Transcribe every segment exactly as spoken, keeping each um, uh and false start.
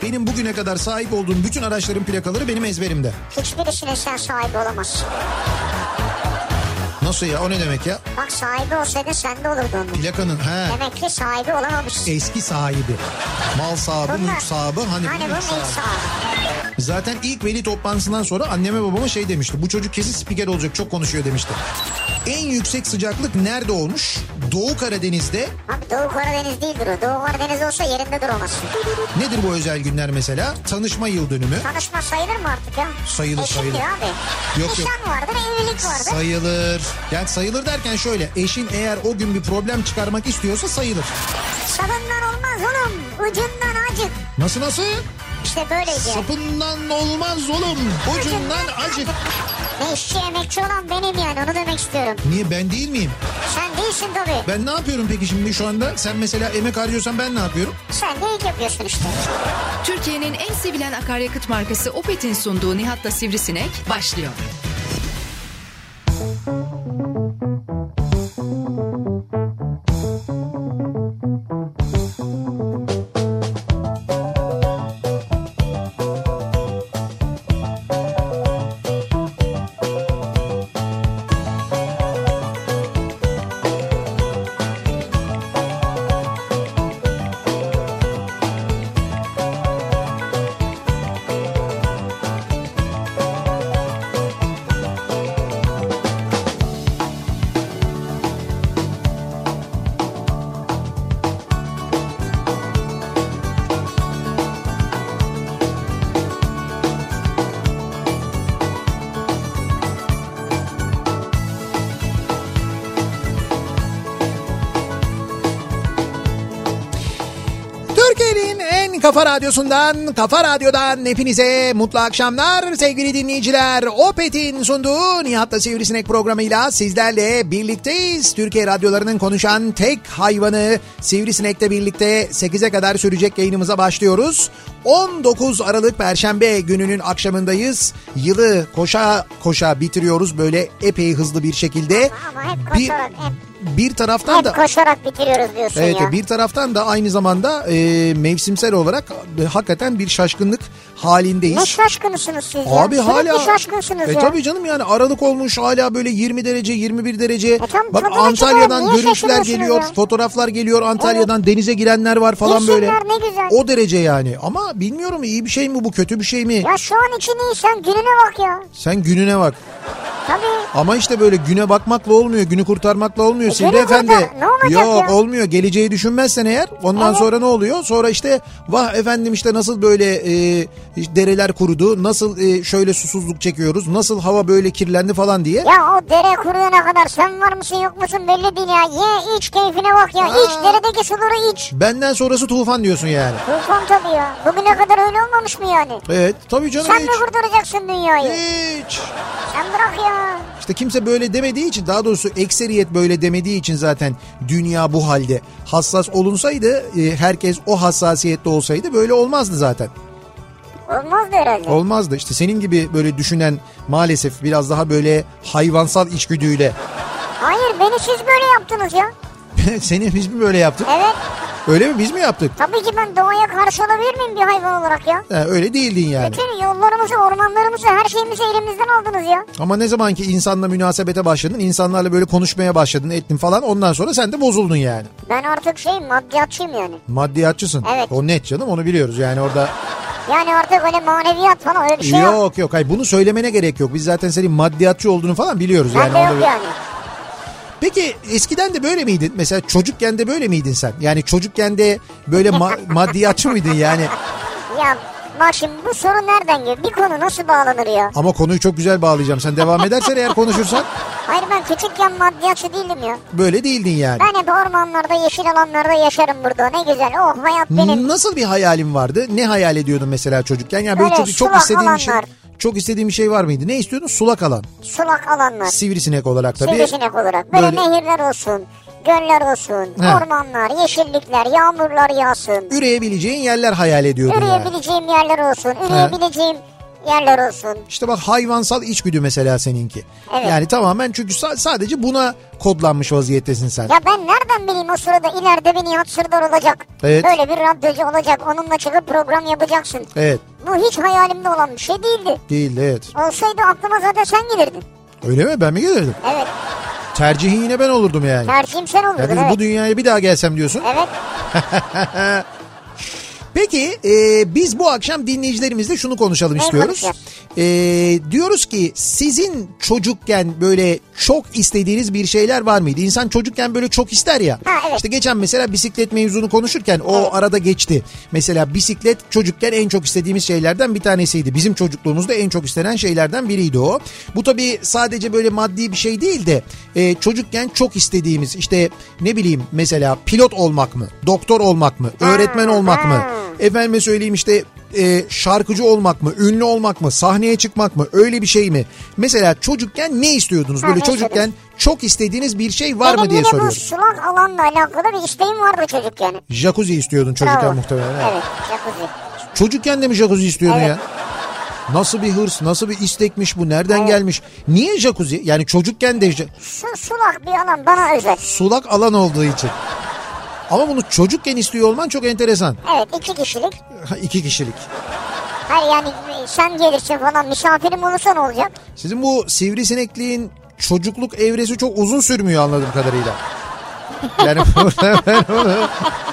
benim bugüne kadar sahip olduğum bütün araçların plakaları benim ezberimde. Hiçbirisine sen sahibi olamazsın. Nasıl ya, o ne demek ya? Bak sahibi olsaydı sende olurdu onun. Plakanın he. Demek ki sahibi olamamışsın. Eski sahibi. Mal sahibi, Bunlar, mülk sahibi. Hani, hani bu mülk sahibi. sahibi. Zaten ilk veli toplantısından sonra anneme babama şey demişti. Bu çocuk kesin spiker olacak, çok konuşuyor demişti. En yüksek sıcaklık nerede olmuş? Doğu Karadeniz'de. Abi Doğu Karadeniz değildir o. Doğu Karadeniz olsa yerinde duramazsın. Nedir bu özel günler mesela? Tanışma yıl dönümü. Tanışma sayılır mı artık ya? Sayılır Eşin sayılır. diyor abi. Yok, Nişan yok. vardır, evlilik vardır. Sayılır. Yani sayılır derken şöyle. Eşin eğer o gün bir problem çıkarmak istiyorsa sayılır. Sapından olmaz oğlum. Ucundan acık. Nasıl nasıl? İşte böyleydi. Sapından olmaz oğlum. Ucundan acık. Ne işçi emekçi olan benim yani, onu demek istiyorum. Niye, ben değil miyim? Sen değilsin tabii. Ben ne yapıyorum peki şimdi şu anda? Sen mesela emek harcıyorsan ben ne yapıyorum? Sen de ilk yapıyorsun işte. Türkiye'nin en sevilen akaryakıt markası Opet'in sunduğu Nihat'la Sivrisinek başlıyor. Kafa Radyosu'ndan, Kafa Radyo'dan hepinize mutlu akşamlar sevgili dinleyiciler. Opet'in sunduğu Nihat'la Sivrisinek programıyla sizlerle birlikteyiz. Türkiye radyolarının konuşan tek hayvanı Sivrisinek'le birlikte sekize kadar sürecek yayınımıza başlıyoruz. on dokuz Aralık Perşembe gününün akşamındayız. Yılı koşa koşa bitiriyoruz böyle epey hızlı bir şekilde. Ama hep koşarak, bir, hep. Bir taraftan hep da koşarak bitiriyoruz diyorsun evet, ya. Bir taraftan da aynı zamanda e, mevsimsel olarak e, hakikaten bir şaşkınlık halindeyiz. Ne şaşkınısınız siz ya? Abi Sürekli hala şaşkınsınız e, ya. Tabii canım, yani Aralık olmuş hala böyle yirmi derece yirmi bir derece. E tamam, bak Antalya'dan görüntüler geliyor, ya? Fotoğraflar geliyor Antalya'dan, evet. Denize girenler var falan. Girsinler, böyle. Ne güzel. O derece yani, ama bilmiyorum iyi bir şey mi bu, kötü bir şey mi? Ya şu an için iyi, sen gününe bak ya. Sen gününe bak. Tabii. Ama işte böyle güne bakmakla olmuyor, günü kurtarmakla olmuyor. E, Sivri Efendi. Ne olacak Yok ya? Olmuyor. Geleceği düşünmezsen eğer ondan evet. Sonra ne oluyor? Sonra işte vah efendim işte nasıl böyle e, dereler kurudu, nasıl e, şöyle susuzluk çekiyoruz, nasıl hava böyle kirlendi falan diye. Ya o dere kuruyana kadar sen var mısın yok musun belli değil ya. Ye iç, keyfine bak ya. Aa. İç, deredeki suları iç. Benden sonrası tufan diyorsun yani. Tufan tabii ya. Bugüne kadar öyle olmamış mı yani? Evet tabii canım. Sen hiç. mi kurtaracaksın dünyayı? Hiç. Sen bırak ya. İşte kimse böyle demediği için, daha doğrusu ekseriyet böyle demediği için zaten dünya bu halde. Hassas olunsaydı, herkes o hassasiyette olsaydı böyle olmazdı zaten. Olmazdı herhalde. Olmazdı. İşte senin gibi böyle düşünen maalesef biraz daha böyle hayvansal içgüdüyle. Hayır, beni siz böyle yaptınız ya. Seni biz mi böyle yaptık? Evet. Öyle mi, biz mi yaptık? Tabii ki ben doğaya karşı olabilir miyim bir hayvan olarak ya? He, öyle değildin yani. Bütün yollarımızı, ormanlarımızı, her şeyimizi elimizden aldınız ya. Ama ne zaman ki insanla münasebete başladın, insanlarla böyle konuşmaya başladın, ettin falan, ondan sonra sen de bozuldun yani. Ben artık şey maddiyatçıyım yani. Maddiyatçısın. Evet. O net canım, onu biliyoruz yani orada. Yani artık öyle maneviyat falan öyle bir şey yok. Yok yok, hayır bunu söylemene gerek yok. Biz zaten senin maddiyatçı olduğunu falan biliyoruz. Ben yani. de yok bir... yani. Peki eskiden de böyle miydin? Mesela çocukken de böyle miydin sen? Yani çocukken de böyle ma- maddiyatçı mıydın yani? Ya bak şimdi bu soru nereden geliyor? Bir konu nasıl bağlanır ya? Ama konuyu çok güzel bağlayacağım. Sen devam edersen eğer konuşursan. Hayır, ben küçükken maddiyatçı değildim ya. Böyle değildin yani. Ben hep ormanlarda, yeşil alanlarda yaşarım burada. Ne güzel. Oh, hayat benim. Nasıl bir hayalin vardı? Ne hayal ediyordun mesela çocukken? Yani böyle, böyle çok, çok istediğin bir şey. alanlar. Çok istediğin bir şey var mıydı? Ne istiyordun? Sulak alan. Sulak alanlar. Sivrisinek olarak tabii. Sivrisinek olarak. Böyle, böyle... nehirler olsun, göller olsun, He. ormanlar, yeşillikler, yağmurlar yağsın. Üreyebileceğin yerler hayal ediyordun Üreyebileceğim yani. yerler olsun. Üreyebileceğim yerler olsun. İşte bak hayvansal içgüdü mesela seninki. Evet. Yani tamamen çünkü sa- sadece buna kodlanmış vaziyettesin sen. Ya ben nereden bileyim o sırada ileride bir Nihat Sırdar olacak. Evet. Böyle bir radyocu olacak. Onunla çıkıp program yapacaksın. Evet. Bu hiç hayalimde olan bir şey değildi. Değil, evet. Olsaydı aklıma zaten sen gelirdin. Öyle mi? Ben mi gelirdim? Evet. Tercihin yine ben olurdum yani. Tercihim sen olurdun, Yani evet. bu dünyaya bir daha gelsem diyorsun. Evet. Peki e, biz bu akşam dinleyicilerimizle şunu konuşalım Ne istiyoruz. E, diyoruz ki sizin çocukken böyle çok istediğiniz bir şeyler var mıydı? İnsan çocukken böyle çok ister ya. Ha, evet. İşte geçen mesela bisiklet mevzunu konuşurken o Evet. arada geçti. Mesela bisiklet çocukken en çok istediğimiz şeylerden bir tanesiydi. Bizim çocukluğumuzda en çok istenen şeylerden biriydi o. Bu tabii sadece böyle maddi bir şey değil de e, çocukken çok istediğimiz işte ne bileyim mesela pilot olmak mı? Doktor olmak mı? Öğretmen olmak mı? Efendime söyleyeyim işte e, şarkıcı olmak mı, ünlü olmak mı, sahneye çıkmak mı, öyle bir şey mi? Mesela çocukken ne istiyordunuz? Ha, Böyle ne çocukken istediniz? çok istediğiniz bir şey var Benim mı diye yine soruyorum. bu sulak alanla alakalı bir isteğim vardı çocukken. Jacuzzi istiyordun çocukken Bravo. muhtemelen. Evet. Evet, jacuzzi. Çocukken de mi jacuzzi istiyordun Evet. ya? Nasıl bir hırs, nasıl bir istekmiş bu, nereden Evet. gelmiş? Niye jacuzzi? Yani çocukken de ja- Su, sulak bir alan bana özel. sulak alan olduğu için. Ama bunu çocukken istiyor olman çok enteresan. Evet, iki kişilik. Ha, İki kişilik. Hayır yani sen gelirsin falan, misafirim olursa ne olacak? Sizin bu sivrisinekliğin çocukluk evresi çok uzun sürmüyor anladığım kadarıyla. Yani buradan ben onu,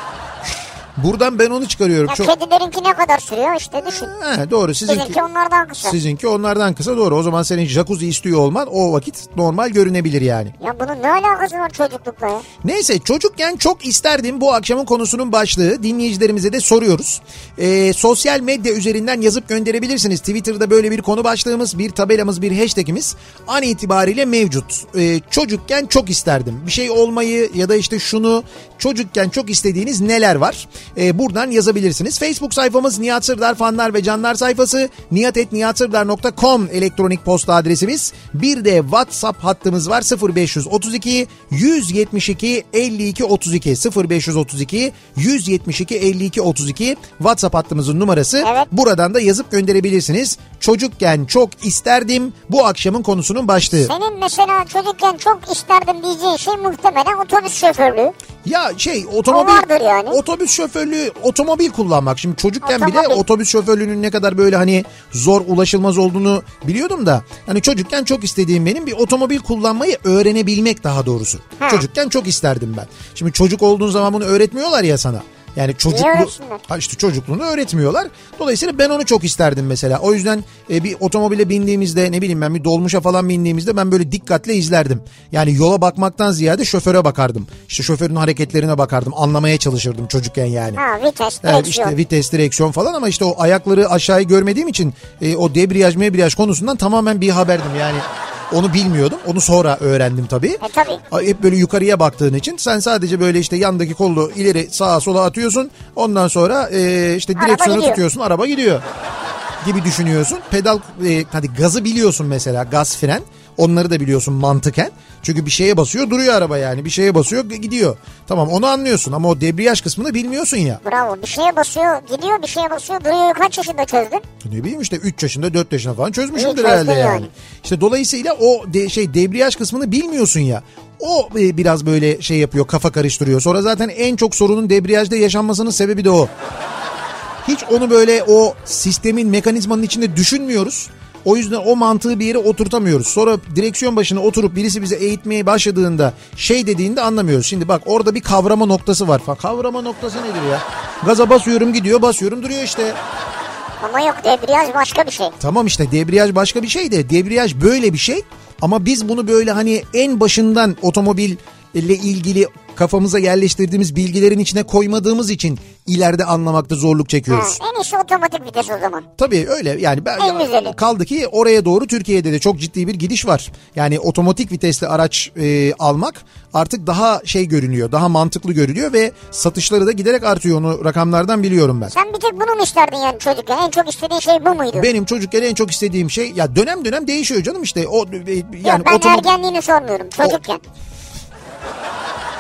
buradan ben onu çıkarıyorum. Ya Çok... kedilerinki ne kadar sürüyor işte düşün. He, doğru sizinki, Sizinki onlardan kısa. sizinki onlardan kısa, doğru. O zaman senin jacuzzi istiyor olman o vakit normal görünebilir yani. Ya bunun ne alakası var çocuklukla ya? Neyse, çocukken çok isterdim bu akşamın konusunun başlığı. Dinleyicilerimize de soruyoruz. Ee, sosyal medya üzerinden yazıp gönderebilirsiniz. Twitter'da böyle bir konu başlığımız, bir tabelamız, bir hashtagimiz an itibariyle mevcut. Ee, çocukken çok isterdim. Bir şey olmayı ya da işte şunu, çocukken çok istediğiniz neler var? Ee, buradan yazabilirsiniz. Facebook sayfamız Nihat Sırdar fanlar ve canlar sayfası. nihat et nihat sırdar nokta com elektronik posta adresimiz. Bir de WhatsApp hattımız var. sıfır beş otuz iki yüz yetmiş iki elli iki otuz iki sıfır beş otuz iki yüz yetmiş iki elli iki otuz iki WhatsApp hattımızın numarası. Evet. Buradan da yazıp gönderebilirsiniz. Çocukken çok isterdim bu akşamın konusunun başlığı. Senin mesela çocukken çok isterdim diyeceğin şey muhtemelen otobüs şoförlüğü. Ya şey otomobil O vardır yani. otobüs şoförlüğü, otomobil kullanmak. Şimdi çocukken bile Otomobil. otobüs şoförlüğünün ne kadar böyle hani zor ulaşılmaz olduğunu biliyordum da. Hani çocukken çok istediğim benim bir otomobil kullanmayı öğrenebilmek, daha doğrusu. Ha. Çocukken çok isterdim ben. Şimdi çocuk olduğun zaman bunu öğretmiyorlar ya sana. Yani çocuklu, öğretsinler? ha işte çocukluğunu öğretmiyorlar. Dolayısıyla ben onu çok isterdim mesela. O yüzden e, bir otomobile bindiğimizde, ne bileyim ben bir dolmuşa falan bindiğimizde ben böyle dikkatle izlerdim. Yani yola bakmaktan ziyade şoföre bakardım. İşte şoförün hareketlerine bakardım. Anlamaya çalışırdım çocukken yani. Ha vites, Evet, direksiyon. işte vites, direksiyon falan, ama işte o ayakları aşağıyı görmediğim için e, o debriyaj mebriyaj konusundan tamamen bir haberdim yani. Onu bilmiyordum. Onu sonra öğrendim tabii. E tabii. Hep böyle yukarıya baktığın için sen sadece böyle işte yandaki kolu ileri sağa sola atıyorsun. Ondan sonra e, işte Araba direksiyonu gidiyor. tutuyorsun, araba gidiyor gibi düşünüyorsun. Pedal e, hadi gazı biliyorsun mesela, gaz fren. Onları da biliyorsun mantıken. Çünkü bir şeye basıyor duruyor araba yani. Bir şeye basıyor gidiyor. Tamam, onu anlıyorsun ama o debriyaj kısmını bilmiyorsun ya. Bravo, bir şeye basıyor gidiyor, bir şeye basıyor duruyor. Kaç yaşında çözdün? Ne bileyim işte üç yaşında dört yaşında falan çözmüşümdür İyi, herhalde çözdün yani. yani. İşte dolayısıyla o de, şey debriyaj kısmını bilmiyorsun ya. O e, biraz böyle şey yapıyor, kafa karıştırıyor. Sonra zaten en çok sorunun debriyajda yaşanmasının sebebi de o. Hiç onu böyle o sistemin, mekanizmanın içinde düşünmüyoruz. O yüzden o mantığı bir yere oturtamıyoruz. Sonra direksiyon başına oturup birisi bize eğitmeye başladığında, şey dediğinde anlamıyoruz. Şimdi bak, orada bir kavrama noktası var. Kavrama noktası nedir ya? Gaza basıyorum gidiyor, basıyorum duruyor işte. Ama yok, debriyaj başka bir şey. Tamam işte, debriyaj başka bir şey de debriyaj böyle bir şey. Ama biz bunu böyle hani en başından otomobil ile ilgili kafamıza yerleştirdiğimiz bilgilerin içine koymadığımız için ileride anlamakta zorluk çekiyoruz. Ha, en iyisi otomatik vites o zaman. Tabii öyle yani, ben, En güzeli. kaldı ki oraya doğru Türkiye'de de çok ciddi bir gidiş var. Yani otomatik vitesli araç e, almak artık daha şey görünüyor, daha mantıklı görülüyor ve satışları da giderek artıyor, onu rakamlardan biliyorum ben. Sen bir tek bunu mu isterdin yani çocukken? En çok istediğin şey bu muydu? Benim çocukken en çok istediğim şey, ya dönem dönem değişiyor canım işte o e, yani Yok, ben otomobil. ergenliğini sormuyorum, çocukken.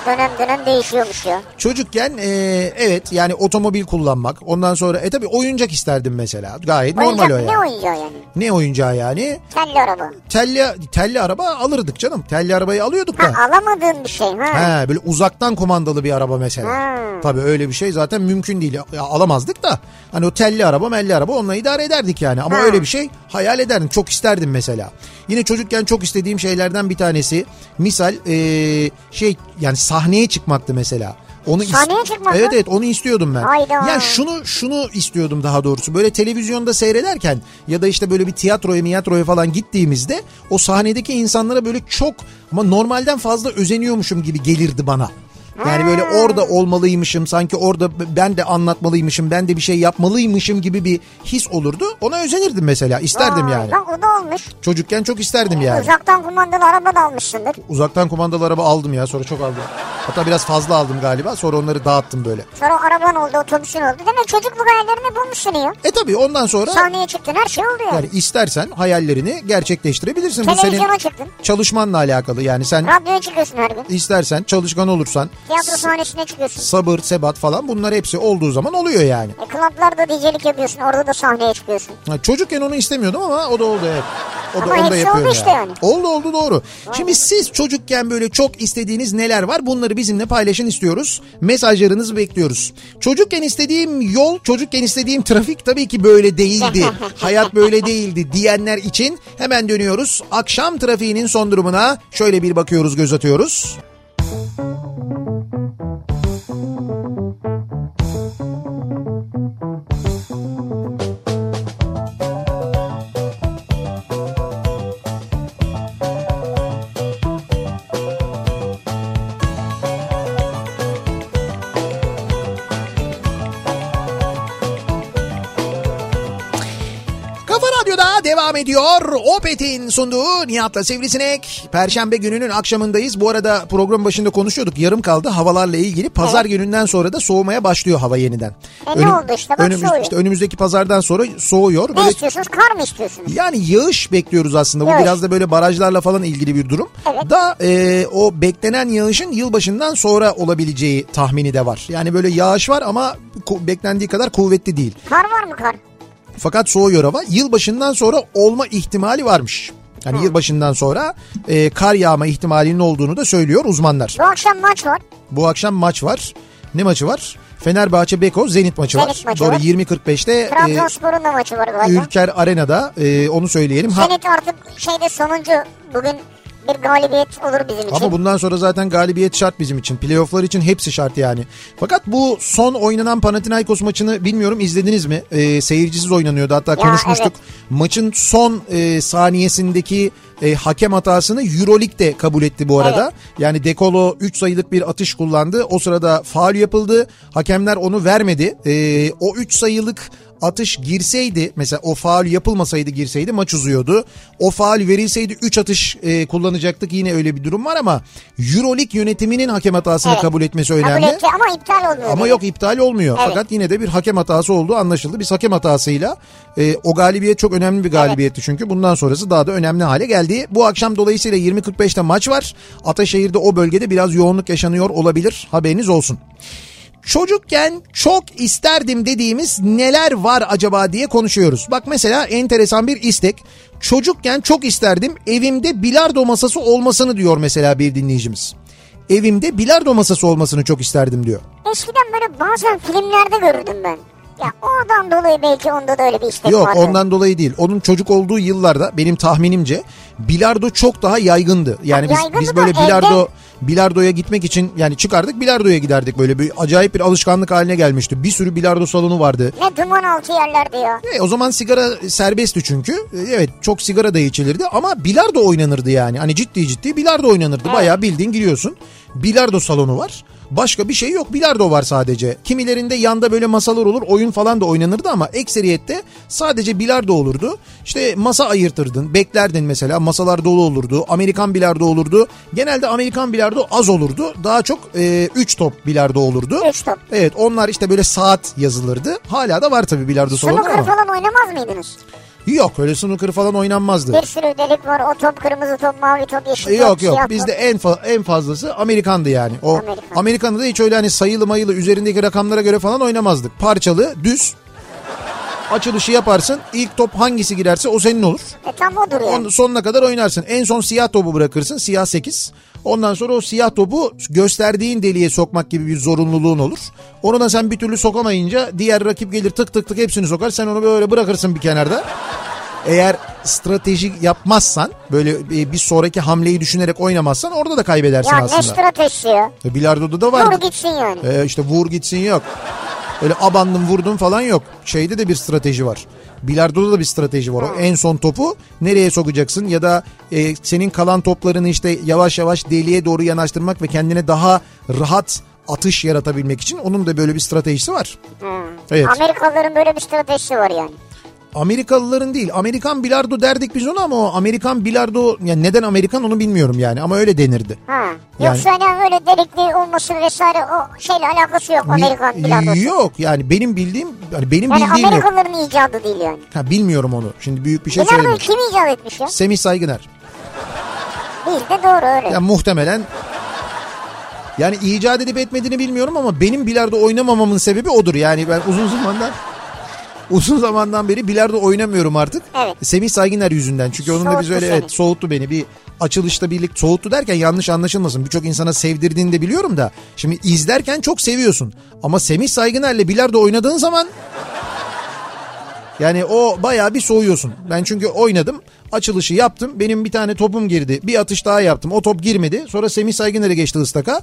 dönem dönem değişiyormuş ya. Çocukken e, evet yani otomobil kullanmak. Ondan sonra e tabii oyuncak isterdim mesela. Gayet Oyuncak, normal o yani. Ne oyuncağı yani? Ne oyuncağı yani? Telli araba. Telli, telli araba alırdık canım. Telli arabayı alıyorduk da. Ha, alamadığın bir şey. Ha. He, böyle uzaktan kumandalı bir araba mesela. Ha. Tabii öyle bir şey zaten mümkün değil. Ya, alamazdık da. Hani o telli araba melli araba onunla idare ederdik yani. Ama Ha. öyle bir şey hayal ederdim. Çok isterdim mesela. Yine çocukken çok istediğim şeylerden bir tanesi. Misal ee, şey yani sahneye çıkmaktı mesela. Onu Sahneye ist- çıkmak Evet mı? evet onu istiyordum ben. Hayda. Yani şunu şunu istiyordum daha doğrusu. Böyle televizyonda seyrederken ya da işte böyle bir tiyatroya miyatroya falan gittiğimizde o sahnedeki insanlara böyle çok ama normalden fazla özeniyormuşum gibi gelirdi bana. Yani böyle orada olmalıymışım, sanki orada ben de anlatmalıymışım, ben de bir şey yapmalıymışım gibi bir his olurdu. Ona özenirdim mesela, isterdim Aa, yani. Bak o da olmuş. Çocukken çok isterdim yani. Uzaktan kumandalı araba da almışsındır. Uzaktan kumandalı araba aldım ya, sonra çok aldım. Hatta biraz fazla aldım galiba, sonra onları dağıttım böyle. Sonra araban oldu, otobüsün oldu. Demek çocukluk hayallerini bulmuşsun ya. E tabii ondan sonra... Sahneye çıktın, her şey oldu ya. Yani istersen hayallerini gerçekleştirebilirsin. Bu Televizyona senin çıktın. çalışmanla alakalı yani. Sen Radyoya çıkıyorsun her gün. istersen, çalışkan olursan, Tiyatro sahnesine çıkıyorsun. sabır, sebat falan, bunlar hepsi olduğu zaman oluyor yani. E, klaplarda D J'lik yapıyorsun, orada da sahneye çıkıyorsun. Ha, çocukken onu istemiyordum ama o da oldu evet. O da, Ama onu da hepsi yapıyorum oldu işte yani. Oldu oldu doğru. Şimdi siz çocukken böyle çok istediğiniz neler var? Bunları bizimle paylaşın istiyoruz. Mesajlarınızı bekliyoruz. Çocukken istediğim yol, çocukken istediğim trafik tabii ki böyle değildi. Hayat böyle değildi diyenler için hemen dönüyoruz. Akşam trafiğinin son durumuna şöyle bir bakıyoruz, göz atıyoruz. Devam ediyor. Opet'in sunduğu Nihat'la Sivrisinek. Perşembe gününün akşamındayız. Bu arada program başında konuşuyorduk. Yarım kaldı havalarla ilgili. Pazar evet. gününden sonra da soğumaya başlıyor hava yeniden. E Önüm, ne oldu işte bak önümüz, soğuyor. işte önümüzdeki pazardan sonra soğuyor. Ne böyle, istiyorsunuz? Kar mı istiyorsunuz? Yani yağış bekliyoruz aslında. Yağış. Bu biraz da böyle barajlarla falan ilgili bir durum. Evet. Da e, o beklenen yağışın yılbaşından sonra olabileceği tahmini de var. Yani böyle yağış var ama beklendiği kadar kuvvetli değil. Kar var mı kar? Fakat soğuyor hava. Yılbaşından sonra olma ihtimali varmış. Yani Hı. yılbaşından sonra e, kar yağma ihtimalinin olduğunu da söylüyor uzmanlar. Bu akşam maç var. Bu akşam maç var. Ne maçı var? Fenerbahçe Beko Zenit maçı Zenit var. Maçı Doğru var. yirmi kırk beşte Trabzonspor'un e, da maçı var galiba. Ülker Arena'da e, onu söyleyelim. Zenit ha... artık şeyde sonuncu bugün. Bir galibiyet olur bizim için. Ama bundan sonra zaten galibiyet şart bizim için. Playoff'lar için hepsi şart yani. Fakat bu son oynanan Panathinaikos maçını bilmiyorum izlediniz mi? Ee, seyircisiz oynanıyordu, hatta ya, konuşmuştuk. Evet. Maçın son e, saniyesindeki e, hakem hatasını Euroleague de kabul etti bu arada. Evet. Yani De Colo üç sayılık bir atış kullandı. O sırada faul yapıldı. Hakemler onu vermedi. E, o üç sayılık atış girseydi, mesela o faul yapılmasaydı girseydi maç uzuyordu. O faul verilseydi üç atış e, kullanacaktık, yine öyle bir durum var ama Euroleague yönetiminin hakem hatasını evet. kabul etmesi önemli. Kabul etti ama iptal olmuyor. Ama yok iptal olmuyor. Evet. Fakat yine de bir hakem hatası olduğu anlaşıldı. Biz hakem hatasıyla e, o galibiyet çok önemli bir galibiyetti evet. çünkü bundan sonrası daha da önemli hale geldi. Bu akşam dolayısıyla yirmi kırk beşte maç var. Ataşehir'de o bölgede biraz yoğunluk yaşanıyor olabilir. Haberiniz olsun. Çocukken çok isterdim dediğimiz neler var acaba diye konuşuyoruz. Bak mesela enteresan bir istek. Çocukken çok isterdim evimde bilardo masası olmasını diyor mesela bir dinleyicimiz. Evimde bilardo masası olmasını çok isterdim diyor. Eskiden böyle bazen filmlerde görürdüm ben. Ya oradan dolayı belki onda da öyle bir istek Yok, vardı. Yok ondan dolayı değil. Onun çocuk olduğu yıllarda benim tahminimce bilardo çok daha yaygındı. Yani biz yaygındı biz böyle evde... bilardo bilardoya gitmek için yani çıkardık bilardoya giderdik, böyle bir acayip bir alışkanlık haline gelmişti. Bir sürü bilardo salonu vardı. Ne duman altı yerlerdi ya. E, o zaman sigara serbestti çünkü. E, evet çok sigara da içilirdi ama bilardo oynanırdı yani. Hani ciddi ciddi bilardo oynanırdı. Evet. Bayağı bildiğin giriyorsun. Bilardo salonu var. Başka bir şey yok, bilardo var sadece. Kimilerinde yanda böyle masalar olur, oyun falan da oynanırdı ama ekseriyette sadece bilardo olurdu. İşte masa ayırtırdın, beklerdin mesela, masalar dolu olurdu. Amerikan bilardo olurdu. Genelde Amerikan bilardo az olurdu. Daha çok üç e, top bilardo olurdu. üç top. Evet, onlar işte böyle saat yazılırdı. Hala da var tabii bilardo salonu ama. Snooker falan oynamaz mıydınız? Yok, öyle snooker falan oynanmazdı. Bir sürü delik var. O top kırmızı top, mavi top, yeşil top, Yok yok siyah bizde top. en fa- en fazlası Amerikan'dı yani. O Amerikan. Amerikan'da da hiç öyle hani sayılı mayılı üzerindeki rakamlara göre falan oynamazdık. Parçalı, düz. Açılışı yaparsın. İlk top hangisi girerse o senin olur. E tam odur yani. Onun sonuna kadar oynarsın. En son siyah topu bırakırsın. Siyah sekiz. Ondan sonra o siyah topu gösterdiğin deliğe sokmak gibi bir zorunluluğun olur. Onu da sen bir türlü sokamayınca diğer rakip gelir tık tık tık hepsini sokar. Sen onu böyle bırakırsın bir kenarda. Eğer strateji yapmazsan, böyle bir sonraki hamleyi düşünerek oynamazsan orada da kaybedersin ya aslında. Ya ne stratejisi ya? E, bilardoda da var. Vur gitsin yani. E, işte vur gitsin yok. Öyle abandım vurdum falan yok. Şeyde de bir strateji var. Bilardoda da bir strateji var. O en son topu nereye sokacaksın ya da e, senin kalan toplarını işte yavaş yavaş deliğe doğru yanaştırmak ve kendine daha rahat atış yaratabilmek için onun da böyle bir stratejisi var. Hmm. Evet. Amerikalıların böyle bir stratejisi var yani. Amerikalıların değil, Amerikan bilardo derdik biz ona ama o Amerikan bilardo, yani neden Amerikan onu bilmiyorum yani ama öyle denirdi. Ha. Yani- Yoksa hani öyle delikli olması vesaire o şeyle alakası yok Amerikan bilardosu. Yok yani benim bildiğim, yani benim Yani bildiğim yok. Amerikalıların icadı değil yani. Ha, bilmiyorum onu. Şimdi büyük bir şey Bilardoyu söyleyeyim. kim icat etmiş ya? Semih Saygıner. Bizde doğru öyle. Ya muhtemelen, yani icat edip etmediğini bilmiyorum ama benim bilardo oynamamamın sebebi odur. Yani ben uzun zamandan uzun zamandan beri bilardo oynamıyorum artık. Evet. Semih Saygıner yüzünden. Çünkü onunla biz Soğuttu öyle seni. evet soğuttu beni. Bir açılışta birlikte soğuttu derken yanlış anlaşılmasın. Birçok insana sevdirdiğini de biliyorum da. Şimdi izlerken çok seviyorsun. Ama Semih Saygıner'le bilardo oynadığın zaman yani o bayağı bir soğuyorsun. Ben çünkü oynadım. Açılışı yaptım. Benim bir tane topum girdi. Bir atış daha yaptım. O top girmedi. Sonra Semih Saygıner'e geçti ıstaka.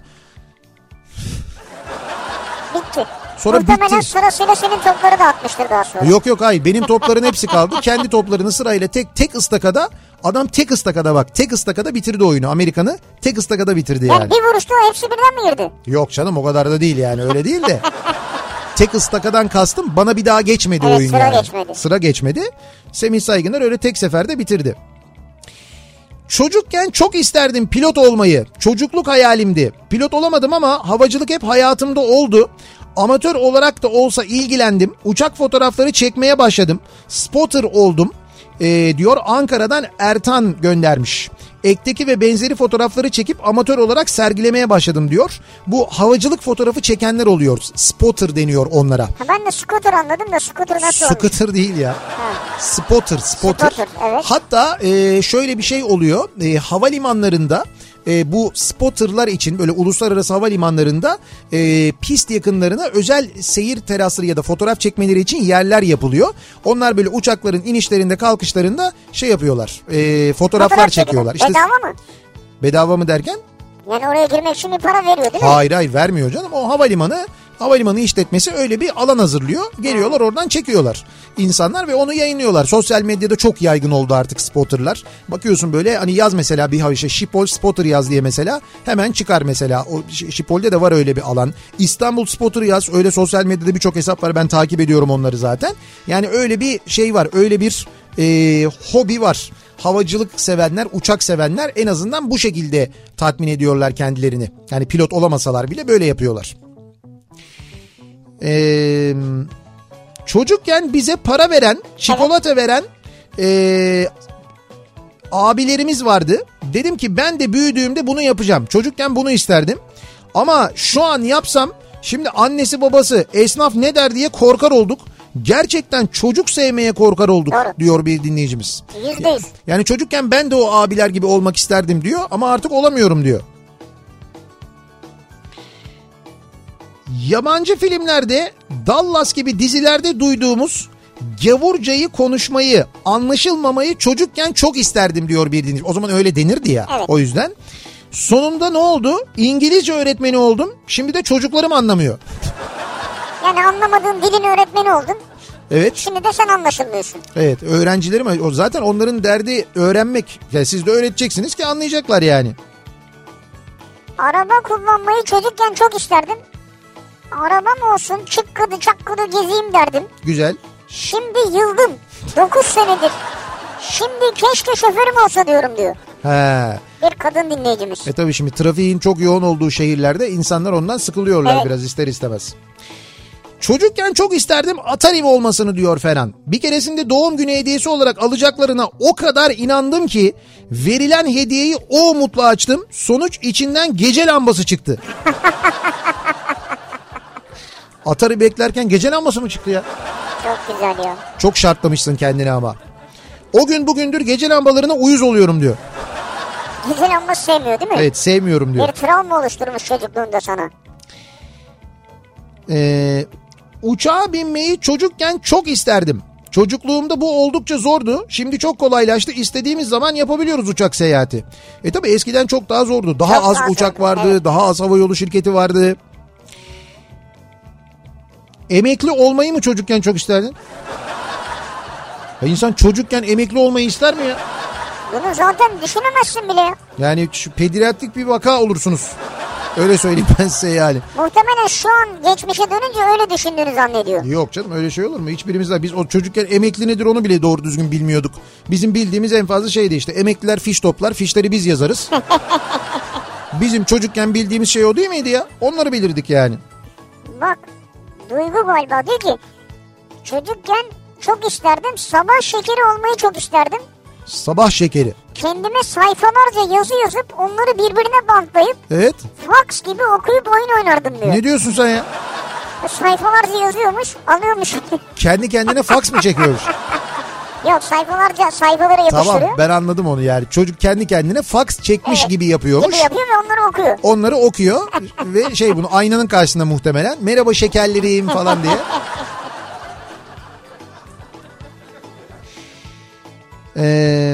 Bitti. Sonra Muhtemelen bitti. sırasıyla senin topları da atmıştır daha sonra. Yok yok hayır. Benim topların hepsi kaldı. Kendi toplarını sırayla tek tek ıstakada, adam tek ıstakada bak. Tek ıstakada bitirdi oyunu. Amerikan'ı tek ıstakada bitirdi yani. Yani bir vuruşta o hepsi birden mi girdi? Yok canım o kadar da değil yani, öyle değil de. Tek ıstakadan kastım bana bir daha geçmedi Evet, oyun sıra yani. geçmedi. Sıra geçmedi. Semih Saygıner öyle tek seferde bitirdi. Çocukken çok isterdim pilot olmayı. Çocukluk hayalimdi. Pilot olamadım ama havacılık hep hayatımda oldu. Amatör olarak da olsa ilgilendim. Uçak fotoğrafları çekmeye başladım. Spotter oldum. Ee, diyor Ankara'dan Ertan göndermiş. Ekteki ve benzeri fotoğrafları çekip amatör olarak sergilemeye başladım diyor. Bu havacılık fotoğrafı çekenler oluyor. Spotter deniyor onlara. Ha, ben de scooter anladım da scooter nasıl olmuş? Scooter değil ya. Ha. Spotter, spotter. Spotter, evet. Hatta e, şöyle bir şey oluyor. E, havalimanlarında e, bu spotterlar için böyle uluslararası havalimanlarında e, pist yakınlarına özel seyir terasları ya da fotoğraf çekmeleri için yerler yapılıyor. Onlar böyle uçakların inişlerinde kalkışlarında şey yapıyorlar. E, fotoğraflar Fotoğraf çekiyorlar. çekilir. İşte Bedava mı? bedava mı derken? Yani oraya girmek için bir para veriyor değil mi? Hayır hayır vermiyor canım. O havalimanı havalimanı işletmesi öyle bir alan hazırlıyor. Geliyorlar oradan çekiyorlar insanlar ve onu yayınlıyorlar. Sosyal medyada çok yaygın oldu artık spotterlar. Bakıyorsun böyle hani yaz mesela bir havişe Schiphol spotter yaz diye mesela hemen çıkar mesela. O Schiphol'de de var öyle bir alan. İstanbul spotter yaz, öyle sosyal medyada birçok hesap var, ben takip ediyorum onları zaten. Yani öyle bir şey var, öyle bir e, hobi var. Havacılık sevenler, uçak sevenler en azından bu şekilde tatmin ediyorlar kendilerini. Yani pilot olamasalar bile böyle yapıyorlar. Ee, çocukken bize para veren, çikolata veren ee, abilerimiz vardı. Dedim ki ben de büyüdüğümde bunu yapacağım. Çocukken bunu isterdim. Ama şu an yapsam şimdi annesi babası esnaf ne der diye korkar olduk. Gerçekten çocuk sevmeye korkar olduk. Doğru. Diyor bir dinleyicimiz. Yüzde yüz. Yani çocukken ben de o abiler gibi olmak isterdim diyor ama artık olamıyorum diyor. Yabancı filmlerde, Dallas gibi dizilerde duyduğumuz gavurcayı konuşmayı, anlaşılmamayı çocukken çok isterdim diyor bir dinleyici. O zaman öyle denirdi ya. Evet. O yüzden. Sonunda ne oldu? İngilizce öğretmeni oldum. Şimdi de çocuklarım anlamıyor. Yani anlamadığın dilin öğretmeni oldun. Evet. Şimdi de sen anlaşılmıyorsun. Evet, öğrencilerim o zaten onların derdi öğrenmek. Yani siz de öğreteceksiniz ki anlayacaklar yani. Araba kullanmayı çocukken çok isterdim. Arabam olsun, çıkkıdı çakkıdı gezeyim derdim. Güzel. Şimdi yıldım. dokuz senedir. Şimdi keşke şoförüm olsa diyorum diyor. He. Bir kadın dinleyicimiz. E tabii şimdi trafiğin çok yoğun olduğu şehirlerde insanlar ondan sıkılıyorlar Evet. biraz ister istemez. Çocukken çok isterdim Atari olmasını diyor Ferhan. Bir keresinde doğum günü hediyesi olarak alacaklarına o kadar inandım ki verilen hediyeyi o umutla açtım. Sonuç içinden gece lambası çıktı. Atari beklerken gece lambası mı çıktı ya? Çok güzel ya. Çok şartlamışsın kendini ama. O gün bugündür gece lambalarına uyuz oluyorum diyor. Gece lambası sevmiyor değil mi? Evet, sevmiyorum diyor. Bir travma oluşturmuş çocukluğunda sana. Ee, uçağa binmeyi çocukken çok isterdim. Çocukluğumda bu oldukça zordu. Şimdi çok kolaylaştı. İstediğimiz zaman yapabiliyoruz uçak seyahati. E tabi eskiden çok daha zordu. Daha Çok az daha uçak zordu, vardı. evet. Daha az havayolu şirketi vardı. Emekli olmayı mı çocukken çok isterdin? Ya insan çocukken emekli olmayı ister mi ya? Bunu zaten düşünemezsin bile ya. Yani şu pediatrik bir vaka olursunuz. Öyle söyleyeyim ben size yani. Muhtemelen şu an geçmişe dönünce öyle düşündüğünü zannediyor. Yok canım, öyle şey olur mu? Hiçbirimiz de, biz o çocukken emekli nedir onu bile doğru düzgün bilmiyorduk. Bizim bildiğimiz en fazla şeydi işte, emekliler fiş toplar, fişleri biz yazarız. Bizim çocukken bildiğimiz şey o değil miydi ya? Onları bilirdik yani. Bak, Duygu galiba diyor ki çocukken çok isterdim, sabah şekeri olmayı çok isterdim. Sabah şekeri. Kendime sayfalarca yazı yazıp onları birbirine bantlayıp Evet. fax gibi okuyup oyun oynardım diyor. Ne diyorsun sen ya? Sayfalarca yazıyormuş, alıyormuş. Kendi kendine faks mı çekiyormuş? Yok, sayfalarca sayfalara yapıştırıyor. Tamam, ben anladım onu yani. Çocuk kendi kendine faks çekmiş Evet, gibi yapıyormuş. Gibi yapıyor ve onları okuyor. Onları okuyor ve şey, bunu aynanın karşısında muhtemelen merhaba şekerlerim falan diye. Ee,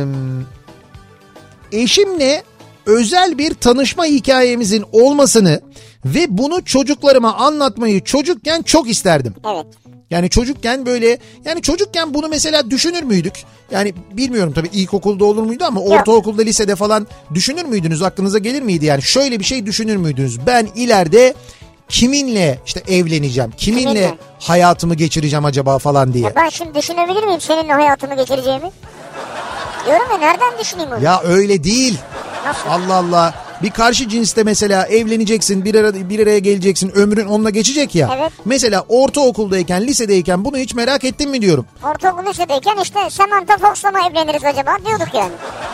eşimle özel bir tanışma hikayemizin olmasını ve bunu çocuklarıma anlatmayı çocukken çok isterdim. Evet. Yani çocukken böyle, yani çocukken bunu mesela düşünür müydük? Yani bilmiyorum tabii, ilkokulda olur muydu ama Yok. ortaokulda, lisede falan düşünür müydünüz? Aklınıza gelir miydi yani? Şöyle bir şey düşünür müydünüz? Ben ileride kiminle işte evleneceğim? Kiminle, Kiminle? hayatımı geçireceğim acaba falan diye. Ya ben şimdi düşünebilir miyim seninle hayatımı geçireceğimi? Diyorum ya, nereden düşüneyim onu? Ya öyle değil. Nasıl? Allah Allah. Bir karşı cinste mesela evleneceksin, bir arada bir araya geleceksin, ömrün onunla geçecek ya. Evet. Mesela ortaokuldayken, lisedeyken bunu hiç merak ettin mi diyorum. Ortaokul lisedeyken işte Samantha Fox'la mı evleniriz acaba diyorduk yani.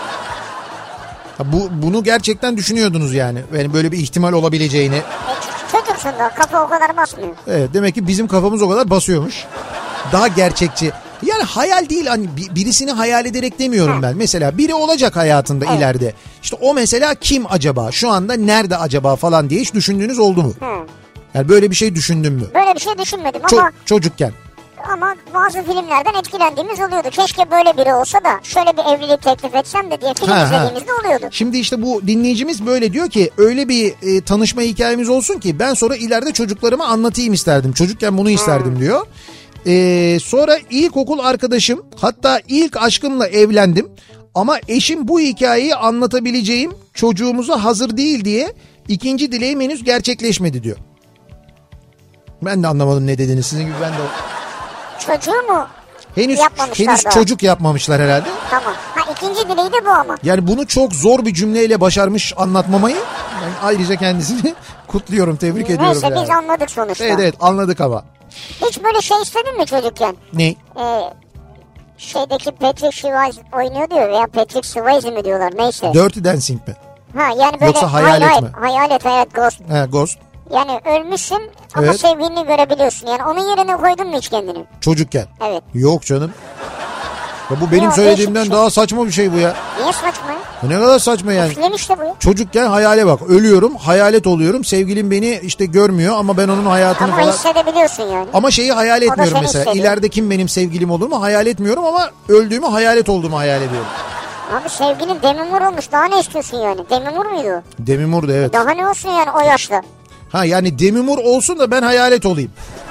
Ha, bu bunu gerçekten düşünüyordunuz yani. Yani böyle bir ihtimal olabileceğini. E, ç- çocuksun da kafa o kadar basmıyor. Evet, demek ki bizim kafamız o kadar basıyormuş. Daha gerçekçi. Yani hayal değil, hani birisini hayal ederek demiyorum ben. Mesela biri olacak hayatında Evet. ileride. İşte o mesela kim acaba? Şu anda nerede acaba falan diye hiç düşündüğünüz oldu mu? Hı. Yani böyle bir şey düşündün mü? Böyle bir şey düşünmedim Ço- ama çocukken. ama bazı filmlerden etkilendiğimiz oluyordu. Keşke böyle biri olsa da şöyle bir evlilik teklif etsem de diye film Ha, ha. izlediğimizde oluyordu. Şimdi işte bu dinleyicimiz böyle diyor ki, öyle bir e, tanışma hikayemiz olsun ki ben sonra ileride çocuklarıma anlatayım isterdim. Çocukken bunu isterdim diyor. Ee, sonra ilkokul arkadaşım, hatta ilk aşkımla evlendim. Ama eşim bu hikayeyi anlatabileceğim çocuğumuza hazır değil diye ikinci dileğim henüz gerçekleşmedi diyor. Ben de anlamadım ne dediğini, sizin gibi ben de. Çocuğu mu Henüz, yapmamışlar henüz daha? çocuk yapmamışlar herhalde. Tamam. Ha, ikinci dileği de bu ama. Yani bunu çok zor bir cümleyle başarmış anlatmamayı. Ben ayrıca kendisini kutluyorum, tebrik ediyorum. Neyse yani. biz anladık sonuçta. Evet evet, anladık ama. Hiç böyle şey istedin mi çocukken? Ne? Ee, şeydeki Patrick Swayze oynuyor diyor veya Patrick Swayze mi diyorlar neyse. Dirty Dancing mi? Ha yani böyle Yoksa hayalet hayır, mi? hayır, hayalet hayat ghost. He, Ghost. Yani ölmüşsün ama Evet. sevgilini görebiliyorsun. Yani onun yerine koydun mu hiç kendini? Çocukken. Evet. Yok canım. Ya bu benim Yok, söylediğimden değişik bir şey. daha saçma bir şey bu ya. Niye saçma ya? Bu ne kadar saçma yani. Film işte bu ya. Çocukken hayale bak. Ölüyorum, hayalet oluyorum. Sevgilim beni işte görmüyor ama ben onun hayatını Ama falan... hissedebiliyorsun yani. Ama şeyi hayal da etmiyorum seni mesela. hissediyor. İleride kim benim sevgilim olur mu hayal etmiyorum ama öldüğümü, hayalet olduğumu hayal ediyorum. Abi sevgilin Demi Moore olmuş. Daha ne istiyorsun yani? Demi Moore muydu o? Demi Moore da evet. Daha ne olsun yani o yaşta? Ha yani Demi Moore olsun da ben hayalet olayım.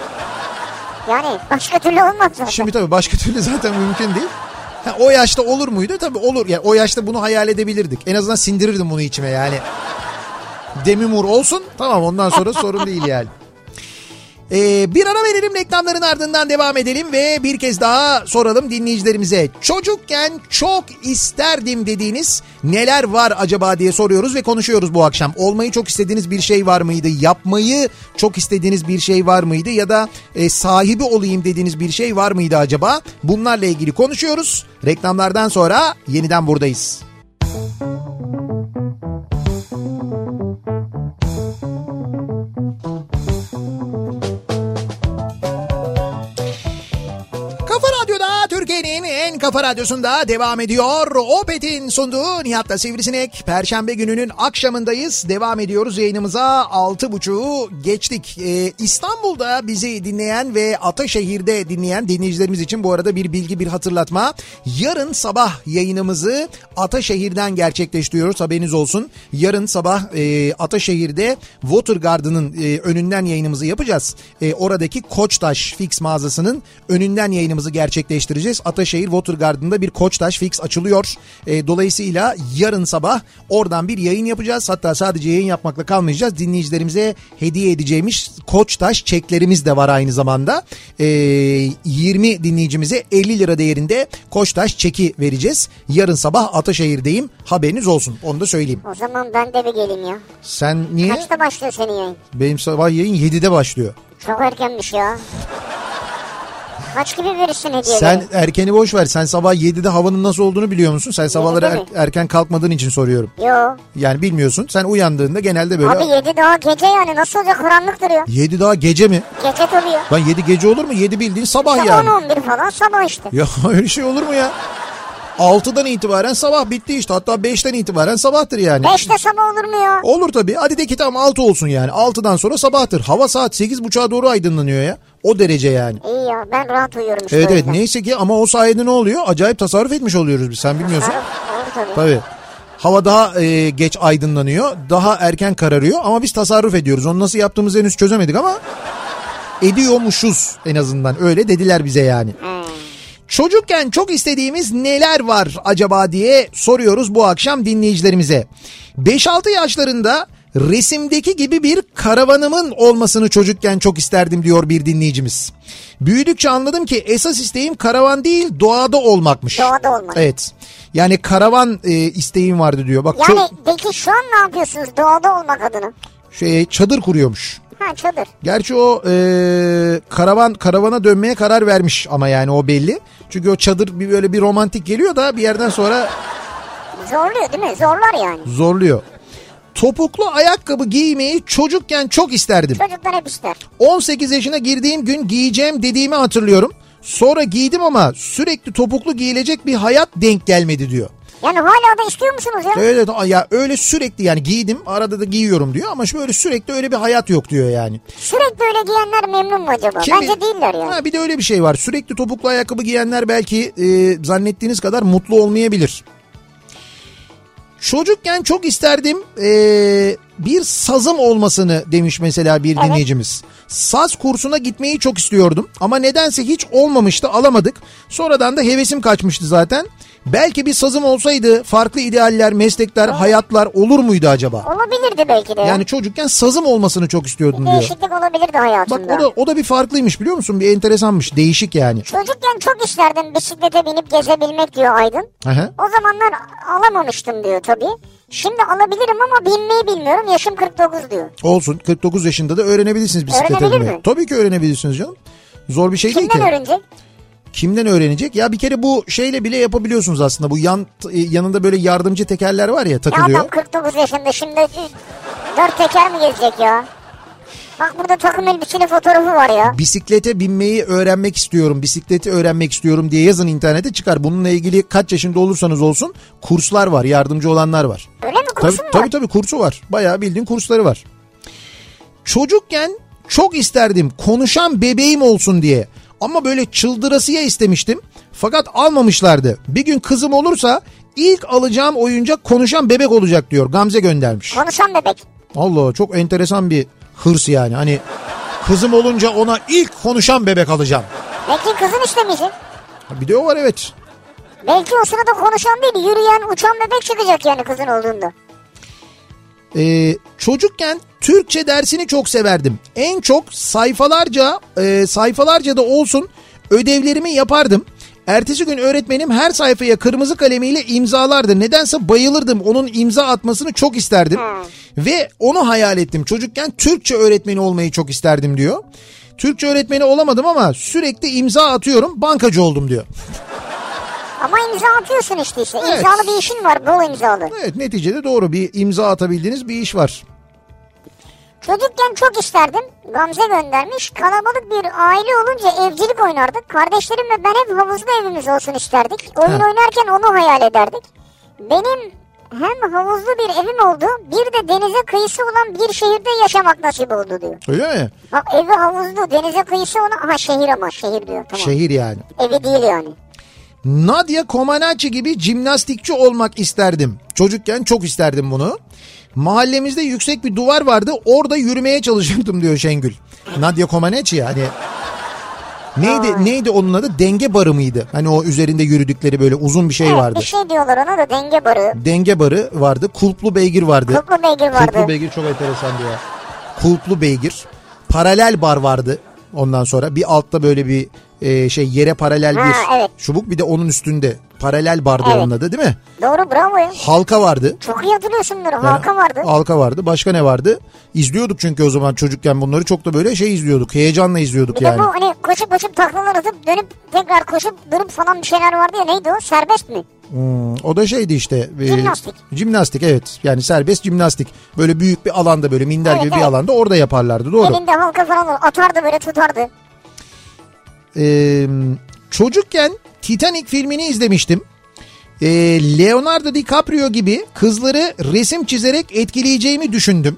Yani başka türlü olmaz zaten. Şimdi tabii başka türlü zaten mümkün değil. Ha, o yaşta olur muydu? Tabii olur. Yani o yaşta bunu hayal edebilirdik. En azından sindirirdim bunu içime yani. Demi Moore olsun, tamam, ondan sonra sorun değil yani. Ee, bir ara verelim, reklamların ardından devam edelim ve bir kez daha soralım dinleyicilerimize. Çocukken çok isterdim dediğiniz neler var acaba diye soruyoruz ve konuşuyoruz bu akşam. Olmayı çok istediğiniz bir şey var mıydı? Yapmayı çok istediğiniz bir şey var mıydı? Ya da e, sahibi olayım dediğiniz bir şey var mıydı acaba? Bunlarla ilgili konuşuyoruz. Reklamlardan sonra yeniden buradayız. Türkiye'nin en kafa radyosunda devam ediyor. Opet'in sunduğu Nihat'la Sivrisinek. Perşembe gününün akşamındayız. Devam ediyoruz yayınımıza. Altı buçuğu geçtik. Ee, İstanbul'da bizi dinleyen ve Ataşehir'de dinleyen dinleyicilerimiz için bu arada bir bilgi, bir hatırlatma. Yarın sabah yayınımızı Ataşehir'den gerçekleştiriyoruz. Haberiniz olsun. Yarın sabah e, Ataşehir'de Watergarden'ın e, önünden yayınımızı yapacağız. E, oradaki Koçtaş Fix mağazasının önünden yayınımızı gerçekleştireceğiz. Ataşehir Watergarden'da bir Koçtaş Fix açılıyor. E, dolayısıyla yarın sabah oradan bir yayın yapacağız. Hatta sadece yayın yapmakla kalmayacağız. Dinleyicilerimize hediye edeceğimiz Koçtaş çeklerimiz de var aynı zamanda. E, yirmi dinleyicimize elli lira değerinde Koçtaş çeki vereceğiz. Yarın sabah Ataşehir'deyim. Haberiniz olsun. Onu da söyleyeyim. O zaman ben de bir geleyim ya. Sen niye? Kaçta başlıyor senin yayın? Benim sabah yayın yedide başlıyor. Çok erkenmiş ya. Kaç gibi verirsin hediyeleri? Sen erkeni boş ver. Sen sabah yedide havanın nasıl olduğunu biliyor musun? Sen sabahları er, erken kalkmadığın için soruyorum. Yo. Yani bilmiyorsun. Sen uyandığında genelde böyle... Abi yedi daha gece yani. Nasıl olacak? Karanlık duruyor. yedi daha gece mi? Gece oluyor. Lan yedi gece olur mu? yedi bildiğin sabah işte yani. on on bir falan sabah işte. Ya öyle şey olur mu ya? altıdan itibaren sabah bitti işte. Hatta beşten itibaren sabahtır yani. beşte sabah olur mu ya? Olur tabii. Hadi de ki tamam altı olsun yani. altıdan sonra sabahtır. Hava saat sekiz buçuğa doğru aydınlanıyor ya. O derece yani. İyi ya, ben rahat uyuyorum işte. Evet evet, neyse ki ama o sayede ne oluyor? Acayip tasarruf etmiş oluyoruz biz, sen bilmiyorsun. Tasarruf olur tabii. Tabii. Hava daha e, geç aydınlanıyor. Daha erken kararıyor ama biz tasarruf ediyoruz. Onu nasıl yaptığımızı henüz çözemedik ama ediyormuşuz en azından. Öyle dediler bize yani. Hmm. Çocukken çok istediğimiz neler var acaba diye soruyoruz bu akşam dinleyicilerimize. beş altı yaşlarında resimdeki gibi bir karavanımın olmasını çocukken çok isterdim diyor bir dinleyicimiz. Büyüdükçe anladım ki esas isteğim karavan değil, doğada olmakmış. Doğada olmak. Evet. Yani karavan e, isteğim vardı diyor. Bak, yani çok... peki şu an ne yapıyorsunuz doğada olmak adına? Şey, çadır kuruyormuş. Ha, çadır. Gerçi o e, karavan karavana dönmeye karar vermiş ama yani o belli. Çünkü o çadır bir böyle bir romantik geliyor da bir yerden sonra... Zorluyor değil mi? Zorlar yani. Zorluyor. Topuklu ayakkabı giymeyi çocukken çok isterdim. Çocuklar hep ister. on sekiz yaşına girdiğim gün giyeceğim dediğimi hatırlıyorum. Sonra giydim ama sürekli topuklu giyilecek bir hayat denk gelmedi diyor. Yani hala da istiyor musunuz ya? Evet ya, öyle sürekli yani giydim, arada da giyiyorum diyor ama böyle sürekli öyle bir hayat yok diyor yani. Sürekli öyle giyenler memnun mu acaba? Kim Bence bir, değiller yani. Ha, bir de öyle bir şey var. Sürekli topuklu ayakkabı giyenler belki e, zannettiğiniz kadar mutlu olmayabilir. Çocukken çok isterdim e, bir sazım olmasını demiş mesela bir evet. dinleyicimiz. Saz kursuna gitmeyi çok istiyordum ama nedense hiç olmamıştı, alamadık. Sonradan da hevesim kaçmıştı zaten. Belki bir sazım olsaydı farklı idealler, meslekler, evet. hayatlar olur muydu acaba? Olabilirdi belki de. Yani çocukken sazım olmasını çok istiyordum diyor. Değişiklik olabilirdi hayatımda. Bak o da, o da bir farklıymış biliyor musun? Bir enteresanmış, değişik yani. Çocukken çok isterdim bisiklete binip gezebilmek diyor Aydın. Aha. O zamanlar alamamıştım diyor tabii. Şimdi alabilirim ama binmeyi bilmiyorum. Yaşım kırk dokuz diyor. Olsun, kırk dokuz yaşında da öğrenebilirsiniz bisiklete binmeyi. Öğrenebilir mi? Tabii ki öğrenebilirsiniz canım. Zor bir şey Kimden değil ki. Kimden öğrenecek? Kimden öğrenecek? Ya bir kere bu şeyle bile yapabiliyorsunuz aslında. Bu yan yanında böyle yardımcı tekerler var ya, takılıyor. Ya adam kırk dokuz yaşında şimdi dört teker mi gezecek ya? Bak burada takım elbiseli fotoğrafı var ya. Bisiklete binmeyi öğrenmek istiyorum, bisikleti öğrenmek istiyorum diye yazın internete, çıkar. Bununla ilgili kaç yaşında olursanız olsun kurslar var, yardımcı olanlar var. Öyle mi, kursu tabii, mu tabii var? Tabii kursu var. Bayağı bildiğin kursları var. Çocukken çok isterdim konuşan bebeğim olsun diye. Ama böyle çıldırasıya istemiştim. Fakat almamışlardı. Bir gün kızım olursa ilk alacağım oyuncak konuşan bebek olacak diyor. Gamze göndermiş. Konuşan bebek. Allah, çok enteresan bir hırs yani. Hani kızım olunca ona ilk konuşan bebek alacağım. Belki kızın istemeyecek. Bir de o var, evet. Belki o sırada konuşan değil, yürüyen, uçan bebek çıkacak yani kızın olduğunda. Ee, çocukken Türkçe dersini çok severdim. En çok sayfalarca e, sayfalarca da olsun ödevlerimi yapardım. Ertesi gün öğretmenim her sayfaya kırmızı kalemiyle imzalardı. Nedense bayılırdım. Onun imza atmasını çok isterdim. Hmm. Ve onu hayal ettim. Çocukken Türkçe öğretmeni olmayı çok isterdim diyor. Türkçe öğretmeni olamadım ama sürekli imza atıyorum. Bankacı oldum diyor. Ama imza atıyorsun işte işte. Evet. İmzalı bir işin var, bol imzalı. Evet, neticede doğru, bir imza atabildiğiniz bir iş var. Çocukken çok isterdim. Gamze göndermiş. Kalabalık bir aile olunca evcilik oynardık. Kardeşlerim ve ben hep havuzlu evimiz olsun isterdik. Oyun ha. oynarken onu hayal ederdik. Benim hem havuzlu bir evim oldu, bir de denize kıyısı olan bir şehirde yaşamak nasip oldu diyor. Öyle mi? Bak, evi havuzlu, denize kıyısı olan, aha şehir ama şehir diyor. Tamam. Şehir yani. Evi değil yani. Nadia Comaneci gibi jimnastikçi olmak isterdim. Çocukken çok isterdim bunu. Mahallemizde yüksek bir duvar vardı, orada yürümeye çalışırdım diyor Şengül. Nadia Comaneci yani. Neydi, hmm. neydi onun adı? Denge barı mıydı? Hani o üzerinde yürüdükleri böyle uzun bir şey evet, vardı. Bir şey diyorlar ona da, denge barı. Denge barı vardı. Kulplu beygir vardı. Kulplu beygir vardı. Kulplu beygir çok enteresandı ya. Kulplu beygir. Paralel bar vardı. Ondan sonra bir altta böyle bir e, şey yere paralel ha, bir evet. çubuk, bir de onun üstünde paralel bardı evet. onun adı, değil mi? Doğru, bravo ya. Halka vardı. Çok iyi hatırlıyorsundur. Yani, halka vardı. Halka vardı. Başka ne vardı? İzliyorduk çünkü o zaman çocukken bunları, çok da böyle şey izliyorduk. Heyecanla izliyorduk bir yani. Bir de bu hani koşup koşup taklalar atıp dönüp tekrar koşup durup falan bir şeyler vardı ya, neydi o? Serbest mi? Hmm, o da şeydi işte. Jimnastik. E, jimnastik evet. Yani serbest jimnastik. Böyle büyük bir alanda, böyle minder evet, gibi evet. bir alanda orada yaparlardı, doğru. Elinde halka falan atardı, böyle tutardı. Ee, çocukken Titanic filmini izlemiştim. Ee, Leonardo DiCaprio gibi kızları resim çizerek etkileyeceğimi düşündüm.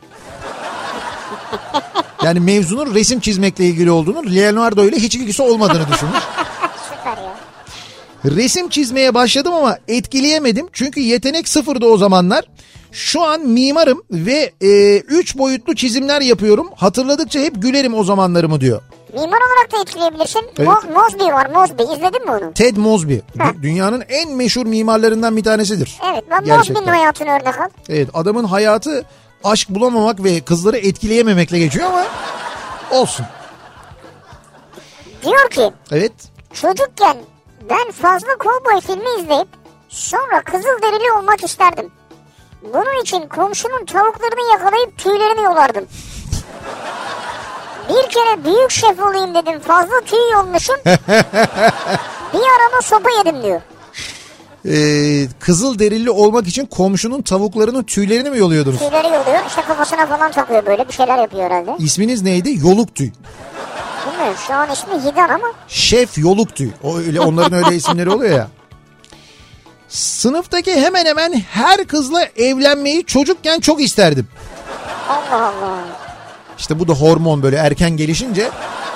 Yani mevzunun resim çizmekle ilgili olduğunu, Leonardo ile hiç ilgisi olmadığını düşünmüş. Süper ya. Resim çizmeye başladım ama etkileyemedim çünkü yetenek sıfırdı o zamanlar. Şu an mimarım ve e, üç boyutlu çizimler yapıyorum. Hatırladıkça hep gülerim o zamanlarımı diyor. Mimar olarak da etkileyebilirsin. Evet. Mo- Mosby var, Mosby. İzledin mi onu? Ted Mosby. D- dünyanın en meşhur mimarlarından bir tanesidir. Evet, ben Mosby'nin hayatını örnek al. Evet, adamın hayatı aşk bulamamak ve kızları etkileyememekle geçiyor ama olsun. Diyor ki. Evet. Çocukken ben fazla kovboy filmi izleyip sonra Kızılderili olmak isterdim. Bunun için komşunun tavuklarını yakalayıp tüylerini yolardım. Bir kere büyük şef olayım dedim, fazla tüy yolmuşum. Bir arama sopa yedim diyor. Ee, Kızılderili olmak için komşunun tavuklarının tüylerini mi yoluyordunuz? Tüyleri yoluyor, işte kafasına falan takıyor, böyle bir şeyler yapıyor herhalde. İsminiz neydi? Yoluk Tüy. Bilmiyorum, şu an ismi Hidan ama. Şef Yoluk Tüy. O öyle, onların öyle isimleri oluyor ya. Sınıftaki hemen hemen her kızla evlenmeyi çocukken çok isterdim. Allah Allah. İşte bu da hormon böyle erken gelişince.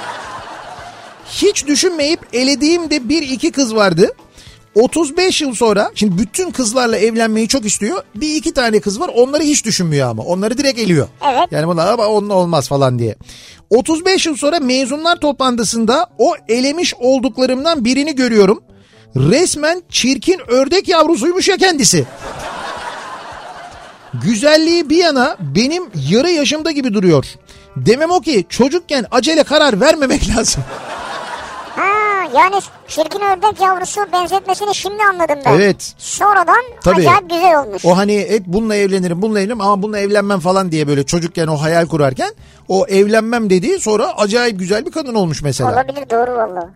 Hiç düşünmeyip elediğim de bir iki kız vardı. otuz beş yıl sonra, şimdi bütün kızlarla evlenmeyi çok istiyor. Bir iki tane kız var, onları hiç düşünmüyor ama. Onları direkt eliyor. Evet. Yani bunlar ama onunla olmaz falan diye. otuz beş yıl sonra mezunlar toplantısında o elemiş olduklarımdan birini görüyorum. Resmen çirkin ördek yavrusuymuş ya kendisi. Güzelliği bir yana benim yarı yaşımda gibi duruyor. Demem o ki çocukken acele karar vermemek lazım. Ha, yani çirkin ördek yavrusu benzetmesini şimdi anladım ben. Evet. Sonradan tabii, acayip güzel olmuş. O hani hep bununla evlenirim, bununla evlenirim ama bununla evlenmem falan diye böyle çocukken o hayal kurarken o evlenmem dediği sonra acayip güzel bir kadın olmuş mesela. Olabilir, doğru valla.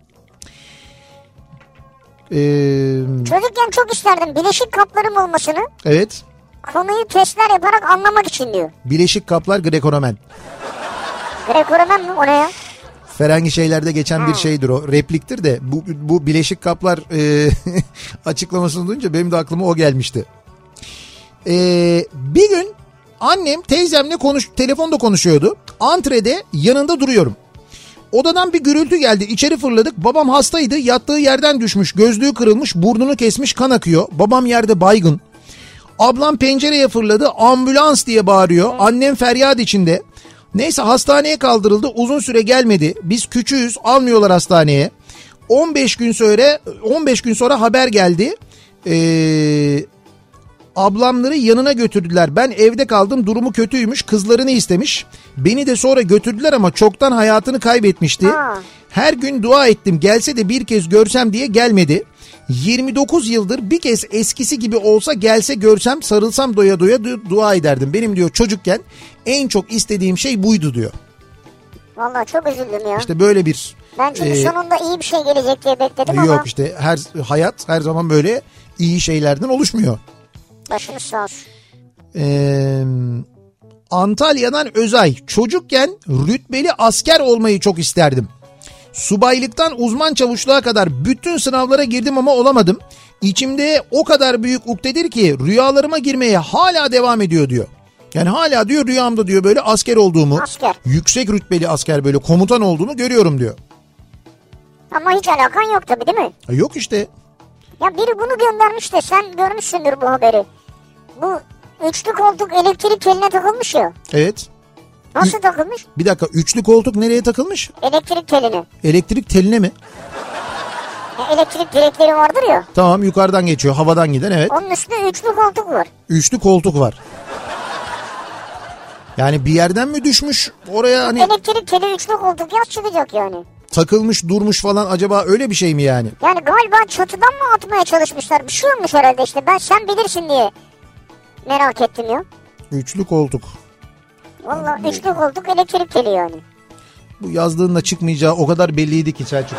Ee... Çocukken çok isterdim bileşik kaplarım olmasını. Evet. Konuyu testler yaparak anlamak için diyor. Bileşik kaplar Greco-Romen. Greco-Romen mi? O ne ya? Ferhangi şeylerde geçen ha. bir şeydir o. Repliktir de bu, bu bileşik kaplar e, açıklamasını duyunca benim de aklıma o gelmişti. E, bir gün annem teyzemle konuş, telefonda konuşuyordu. Antrede yanında duruyorum. Odadan bir gürültü geldi. İçeri fırladık. Babam hastaydı. Yattığı yerden düşmüş. Gözlüğü kırılmış. Burnunu kesmiş. Kan akıyor. Babam yerde baygın. Ablam pencereye fırladı. Ambulans diye bağırıyor. Annem feryat içinde. Neyse hastaneye kaldırıldı. Uzun süre gelmedi. Biz küçüğüz. Almıyorlar hastaneye. on beş gün sonra on beş gün sonra haber geldi. Ee, Ablamları yanına götürdüler. Ben evde kaldım, durumu kötüymüş, kızlarını istemiş. Beni de sonra götürdüler ama çoktan hayatını kaybetmişti. Ha. Her gün dua ettim, gelse de bir kez görsem diye, gelmedi. yirmi dokuz yıldır bir kez eskisi gibi olsa gelse görsem, sarılsam doya doya dua ederdim. Benim diyor çocukken en çok istediğim şey buydu diyor. Vallahi çok üzüldüm ya. İşte böyle bir... Ben çünkü e, sonunda iyi bir şey gelecek diye bekledim yok ama. Yok işte her hayat her zaman böyle iyi şeylerden oluşmuyor. Başınız sağ olsun. Ee, Antalya'dan Özay. Çocukken rütbeli asker olmayı çok isterdim. Subaylıktan uzman çavuşluğa kadar bütün sınavlara girdim ama olamadım. İçimde o kadar büyük ukdedir ki rüyalarıma girmeye hala devam ediyor diyor. Yani hala diyor rüyamda diyor böyle asker olduğumu, asker. Yüksek rütbeli asker, böyle komutan olduğumu görüyorum diyor. Ama hiç alakan yok tabii değil mi? E yok işte. Ya biri bunu göndermiş de sen görmüşsündür bu haberi. Bu üçlü koltuk elektrik teline takılmış ya. Evet. Nasıl Ü- takılmış? Bir dakika, üçlü koltuk nereye takılmış? Elektrik teline. Elektrik teline mi? Ya elektrik direkleri vardır ya. Tamam, yukarıdan geçiyor, havadan giden, evet. Onun üstünde üçlü koltuk var. Üçlü koltuk var. Yani bir yerden mi düşmüş oraya, hani elektrik teli üçlü koltuk yaz çıkacak yani. takılmış durmuş falan, acaba öyle bir şey mi yani? Yani galiba çatıdan mı atmaya çalışmışlar? Bir şey olmuş herhalde işte. Ben sen bilirsin diye merak ettim ya. Üçlü koltuk. Vallahi üçlü koltuk elektrik teli yani. Bu yazdığında çıkmayacağı o kadar belliydi ki Selçuk.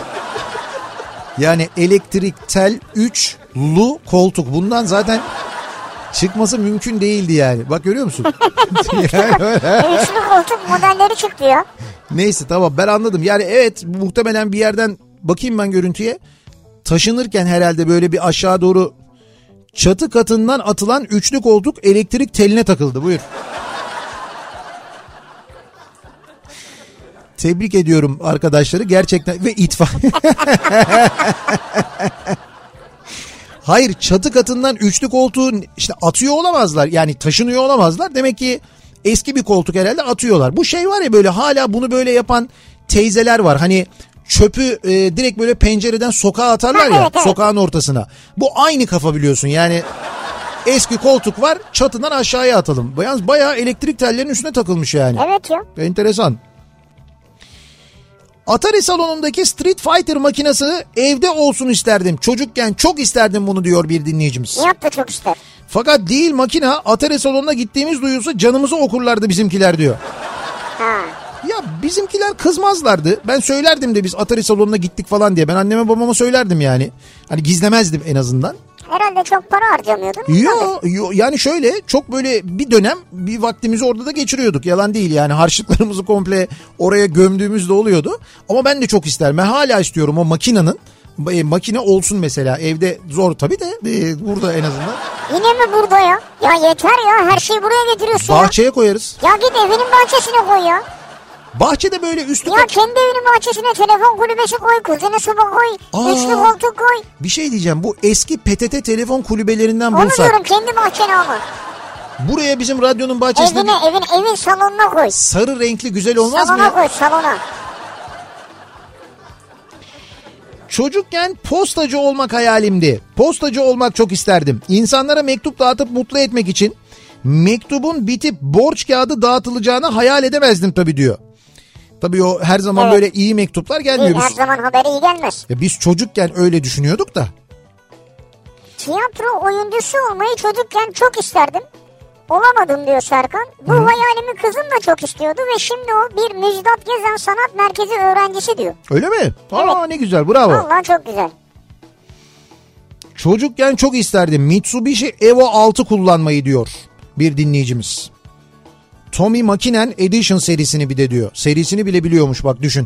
Yani elektrik tel üçlü koltuk. Bundan zaten çıkması mümkün değildi yani. Bak görüyor musun? Üçlü koltuk modelleri çıktı ya. Neyse tamam, ben anladım. Yani evet, muhtemelen bir yerden, bakayım ben görüntüye. Taşınırken herhalde böyle bir aşağı doğru çatı katından atılan üçlü koltuk elektrik teline takıldı. Buyur. Tebrik ediyorum arkadaşları gerçekten ve itfaiye. Hayır, çatı katından üçlü koltuğu işte atıyor olamazlar. Yani taşınıyor olamazlar. Demek ki eski bir koltuk herhalde, atıyorlar. Bu şey var ya, böyle hala bunu böyle yapan teyzeler var. Hani çöpü e, direkt böyle pencereden sokağa atarlar ha, ya, evet, evet. Sokağın ortasına. Bu aynı kafa biliyorsun yani. Eski koltuk var, çatıdan aşağıya atalım. Yalnız bayağı elektrik tellerinin üstüne takılmış yani. Evet ya. Enteresan. Atari salonundaki Street Fighter makinesi evde olsun isterdim. Çocukken çok isterdim bunu diyor bir dinleyicimiz. Nihat da çok ister. Fakat değil makina, Atari salonuna gittiğimiz duyulsa canımızı okurlardı bizimkiler diyor. Ha. Ya bizimkiler kızmazlardı. Ben söylerdim de biz Atari salonuna gittik falan diye. Ben anneme babama söylerdim yani. Hani gizlemezdim en azından. Herhalde çok para harcamıyordun. Yo, yo, yani şöyle çok böyle bir dönem bir vaktimizi orada da geçiriyorduk. Yalan değil yani, harçlıklarımızı komple oraya gömdüğümüz de oluyordu. Ama ben de çok isterim. Ben hala istiyorum o makinenin. E, makine olsun mesela evde, zor tabii de e, burada en azından. Yine mi burada ya? Ya yeter ya, her şeyi buraya getiriyorsun. Bahçeye ya koyarız. Ya git evinin bahçesine koy ya. Bahçede böyle üstü... Ya kendi evinin bahçesine telefon kulübesi koy, kuzene soba koy, Aa, üçlü koltuk koy. Bir şey diyeceğim, bu eski P T T telefon kulübelerinden Onu bulsak. Onu diyorum, kendi bahçene ama. Buraya bizim radyonun bahçesine... Evine, evin, evin salonuna koy. Sarı renkli güzel olmaz salona mı ya? Salona koy, salona. Çocukken postacı olmak hayalimdi. Postacı olmak çok isterdim. İnsanlara mektup dağıtıp mutlu etmek için mektubun bitip borç kağıdı dağıtılacağını hayal edemezdim tabii diyor. Tabii o her zaman evet. Böyle iyi mektuplar gelmiyor. İyi, her biz, zaman haberi iyi gelmez. Ya biz çocukken öyle düşünüyorduk da. Tiyatro oyuncusu olmayı çocukken çok isterdim. Olamadım diyor Serkan. Bu Hı. hayalimi kızım da çok istiyordu ve şimdi o bir Müjdat Gezen Sanat Merkezi öğrencisi diyor. Öyle mi? Evet. Aa, ne güzel, bravo. Vallahi çok güzel. Çocukken çok isterdim Mitsubishi Evo altı kullanmayı diyor bir dinleyicimiz. Tommy Makinen Edition serisini bir de diyor. Serisini bile biliyormuş, bak düşün.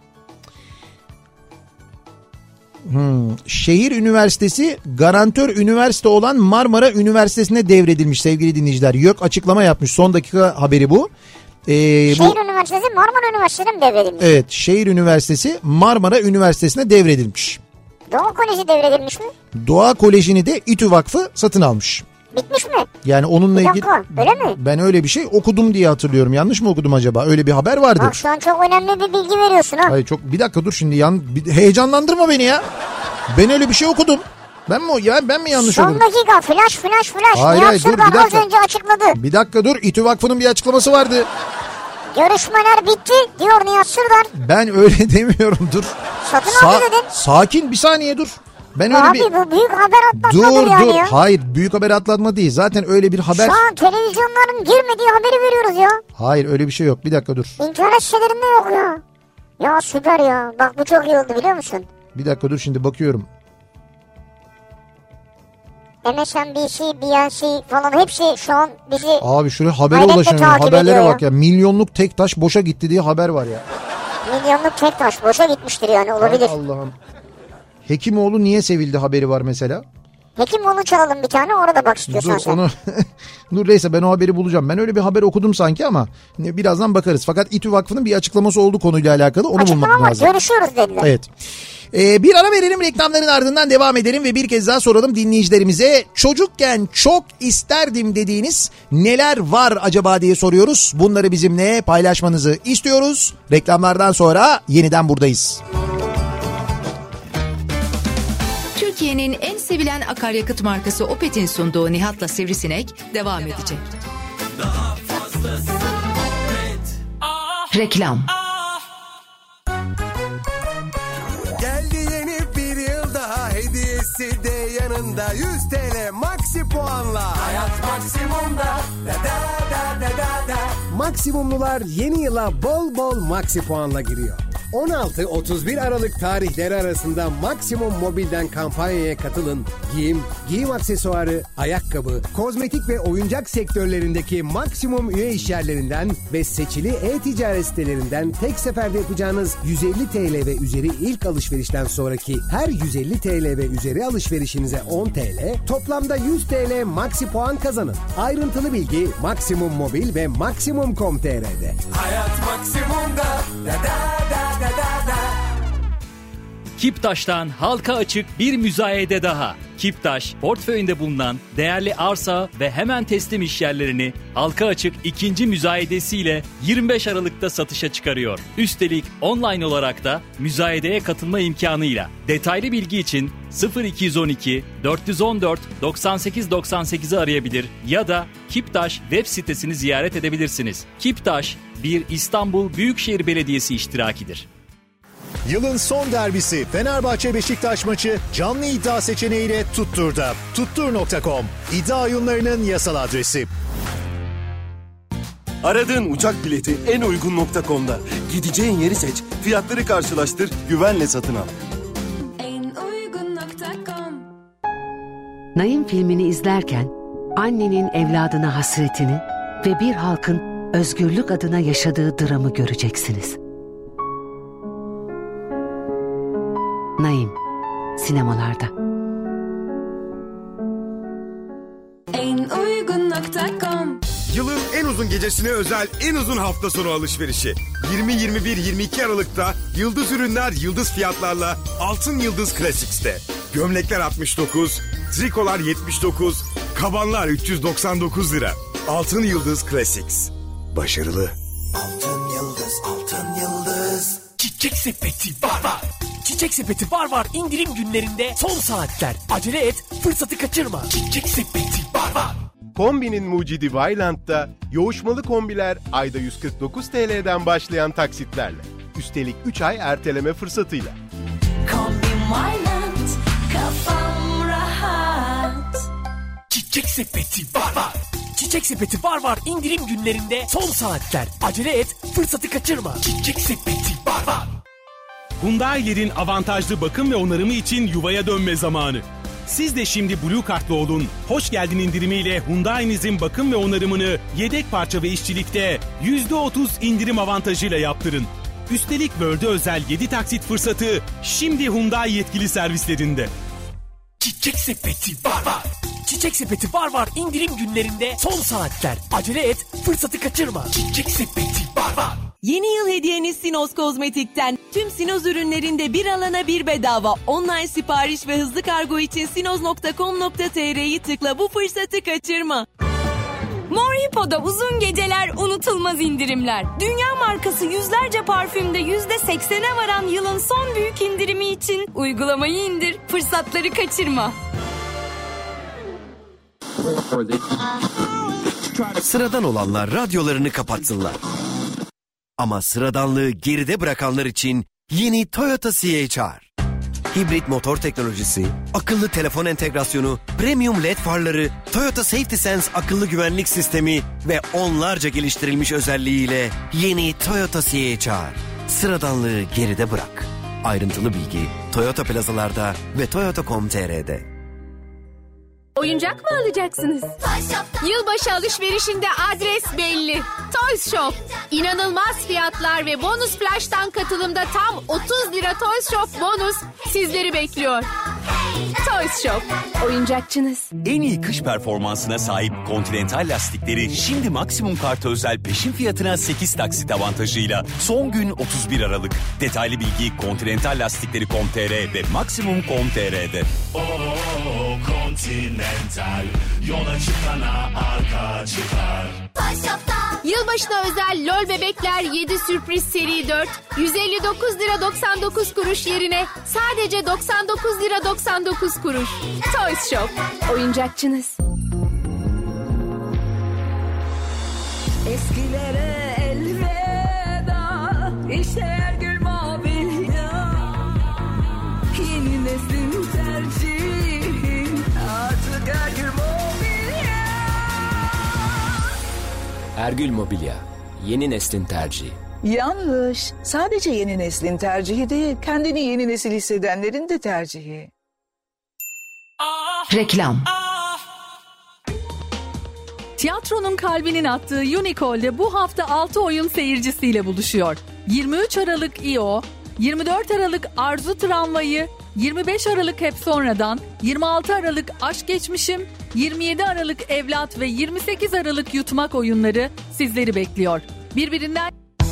Hmm. Şehir Üniversitesi garantör üniversite olan Marmara Üniversitesi'ne devredilmiş sevgili dinleyiciler. YÖK açıklama yapmış, son dakika haberi bu. Ee, Şehir bu... Üniversitesi Marmara Üniversitesi'ne mi devredilmiş? Evet, Şehir Üniversitesi Marmara Üniversitesi'ne devredilmiş. Doğa Koleji devredilmiş mi? Doğa Koleji'ni de İTÜ Vakfı satın almış. Bitmiş mi? Yani onunla bir ilgili... öyle mi? Ben öyle bir şey okudum diye hatırlıyorum. Yanlış mı okudum acaba? Öyle bir haber vardı. Bak şu an çok önemli bir bilgi veriyorsun ha. Hayır çok, bir dakika dur şimdi, yan, heyecanlandırma beni ya. Ben öyle bir şey okudum. Ben mi ya ben mi yanlış Son okudum? dakika flash flash flash. Hayır, Nihat hayır, dur, Sırdar bir dakika. az önce açıkladı. Bir dakika dur. İTÜ Vakfı'nın bir açıklaması vardı. Görüşmeler bitti diyor Nihat Sırdar. Ben öyle demiyorum, dur. Satın Sa- aldı dedin. Sakin bir saniye dur. Ben öyle Abi bir... bu büyük haber atlatmadır Dur yani dur. ya. Hayır, büyük haber atlatma değil. Zaten öyle bir haber... Şu an televizyonların girmediği haberi veriyoruz ya. Hayır, öyle bir şey yok. Bir dakika dur. İnternet sitelerinde yok ya. Ya süper ya. Bak bu çok iyi oldu biliyor musun? Bir dakika dur, şimdi bakıyorum. M S N B C, B N C falan hepsi şu an bizi... Abi şuraya habere hayretle ulaşamıyorum. takip Haberlere ediyor bak ya. Milyonluk tek taş boşa gitti diye haber var ya. Milyonluk tek taş boşa gitmiştir yani, olabilir. Hay Allah'ım. Hekimoğlu niye sevildi haberi var mesela. Hekimoğlu çalalım bir tane, orada bak istiyorsan Dur sen. onu dur neyse, ben o haberi bulacağım. Ben öyle bir haber okudum sanki ama birazdan bakarız. Fakat İTÜ Vakfı'nın bir açıklaması oldu konuyla alakalı. Onu Açıklama bulmak var, lazım. görüşüyoruz dediler. Evet. Ee, bir ara verelim, reklamların ardından devam edelim ve bir kez daha soralım dinleyicilerimize. Çocukken çok isterdim dediğiniz neler var acaba diye soruyoruz. Bunları bizimle paylaşmanızı istiyoruz. Reklamlardan sonra yeniden buradayız. Türkiye'nin en sevilen akaryakıt markası Opet'in sunduğu Nihat'la Sivrisinek devam edecek. Daha fazlası Opet. Reklam. Geldi yeni bir yıl daha, hediyesi de yanında. Yüz TL Maxi puanla. Hayat maksimumda. Da da da da da da. Maksimumlular yeni yıla bol bol Maxi puanla giriyor. on altı otuz bir Aralık tarihleri arasında Maksimum Mobil'den kampanyaya katılın. Giyim, giyim aksesuarı, ayakkabı, kozmetik ve oyuncak sektörlerindeki maksimum üye işyerlerinden ve seçili e-ticaret sitelerinden tek seferde yapacağınız yüz elli TL ve üzeri ilk alışverişten sonraki her yüz elli TL ve üzeri alışverişinize on TL, toplamda yüz TL Maxi puan kazanın. Ayrıntılı bilgi Maksimum Mobil ve maksimum nokta com nokta tr'de. Hayat maksimumda. Da da da da da da. Kiptaş'tan halka açık bir müzayede daha. Kiptaş, portföyünde bulunan değerli arsa ve hemen teslim işyerlerini halka açık ikinci müzayedesiyle yirmi beş Aralık'ta satışa çıkarıyor. Üstelik online olarak da müzayedeye katılma imkanıyla. Detaylı bilgi için sıfır iki on iki dört on dört doksan sekiz doksan sekiz'i arayabilir ya da Kiptaş web sitesini ziyaret edebilirsiniz. Kiptaş, bir İstanbul Büyükşehir Belediyesi iştirakidir. Yılın son derbisi Fenerbahçe-Beşiktaş maçı canlı iddia seçeneğiyle Tuttur'da. tuttur nokta com iddia oyunlarının yasal adresi. Aradığın uçak bileti en uygun nokta com'da. Gideceğin yeri seç, fiyatları karşılaştır, güvenle satın al. en uygun nokta com. Naim filmini izlerken annenin evladına hasretini ve bir halkın özgürlük adına yaşadığı dramı göreceksiniz. Naim, sinemalarda. en uygun nokta com. Yılın en uzun gecesine özel en uzun hafta sonu alışverişi. yirmi yirmi bir yirmi iki Aralık'ta Yıldız Ürünler Yıldız fiyatlarla Altın Yıldız Classics'te. Gömlekler altmış dokuz, trikolar yetmiş dokuz, kabanlar üç yüz doksan dokuz lira. Altın Yıldız Classics. Başarılı. Altın Yıldız, Altın Yıldız. Çiçek sepeti var var. Çiçek sepeti var var indirim günlerinde son saatler. Acele et, fırsatı kaçırma. Çiçek sepeti var var. Kombinin mucidi Vailand'da yoğuşmalı kombiler ayda yüz kırk dokuz TL'den başlayan taksitlerle. Üstelik üç ay erteleme fırsatıyla. Kombin Wayland, kafam rahat. Çiçek sepeti var var. Çiçek sepeti var var indirim günlerinde son saatler. Acele et, fırsatı kaçırma. Çiçek sepeti var var. Hyundai'lerin avantajlı bakım ve onarımı için yuvaya dönme zamanı. Siz de şimdi Blue Kart'lı olun. Hoş geldin indirimiyle Hyundai'nizin bakım ve onarımını yedek parça ve işçilikte yüzde otuz indirim avantajıyla yaptırın. Üstelik World'e özel yedi taksit fırsatı şimdi Hyundai yetkili servislerinde. Çiçek sepeti var var. Çiçek sepeti var var indirim günlerinde son saatler. Acele et, fırsatı kaçırma. Çiçek sepeti var var. Yeni yıl hediyeniz Sinoz Kozmetik'ten. Tüm Sinoz ürünlerinde bir alana bir bedava. Online sipariş ve hızlı kargo için sinoz nokta com nokta tr'yi tıkla, bu fırsatı kaçırma. Mor Hippo'da uzun geceler, unutulmaz indirimler. Dünya markası yüzlerce parfümde yüzde seksene varan yılın son büyük indirimi için uygulamayı indir, fırsatları kaçırma. Sıradan olanlar radyolarını kapatsınlar. Ama sıradanlığı geride bırakanlar için yeni Toyota C H R. Hibrit motor teknolojisi, akıllı telefon entegrasyonu, premium led farları, Toyota Safety Sense akıllı güvenlik sistemi ve onlarca geliştirilmiş özelliğiyle yeni Toyota C H R. Sıradanlığı geride bırak. Ayrıntılı bilgi Toyota plazalarda ve toyota nokta com nokta t r'de. Oyuncak mı alacaksınız? Yılbaşı alışverişinde adres belli. Toys Shop. İnanılmaz fiyatlar ve bonus flash'tan katılımda tam otuz lira Toys Shop bonus sizleri bekliyor. Toys Shop. Oyuncakçınız. En iyi kış performansına sahip Continental lastikleri şimdi maksimum kartı özel peşin fiyatına sekiz taksit avantajıyla son gün otuz bir Aralık. Detaylı bilgi continental lastikleri nokta com nokta t r ve maksimum nokta com nokta t r'de. Continental, yola çıkana arka çıkar. Yılbaşına özel LOL Bebekler yedi Sürpriz Seri dört yüz elli dokuz lira doksan dokuz kuruş yerine sadece doksan dokuz lira doksan dokuz kuruş. Toys Shop. Oyuncakçınız. Eskilere elveda, işte Ergül Mobilya. Yeni neslin tercihi, artık Ergül Mobilya. Ergül Mobilya, yeni neslin tercihi. Yanlış. Sadece yeni neslin tercihi değil, kendini yeni nesil hissedenlerin de tercihi. Reklam. Tiyatronun kalbinin attığı Unicol'de bu hafta altı oyun seyircisiyle buluşuyor. yirmi üç Aralık İ O, yirmi dört Aralık Arzu Tramvayı, yirmi beş Aralık Hep Sonradan, yirmi altı Aralık Aşk Geçmişim, yirmi yedi Aralık Evlat ve yirmi sekiz Aralık Yutmak oyunları sizleri bekliyor. Birbirinden...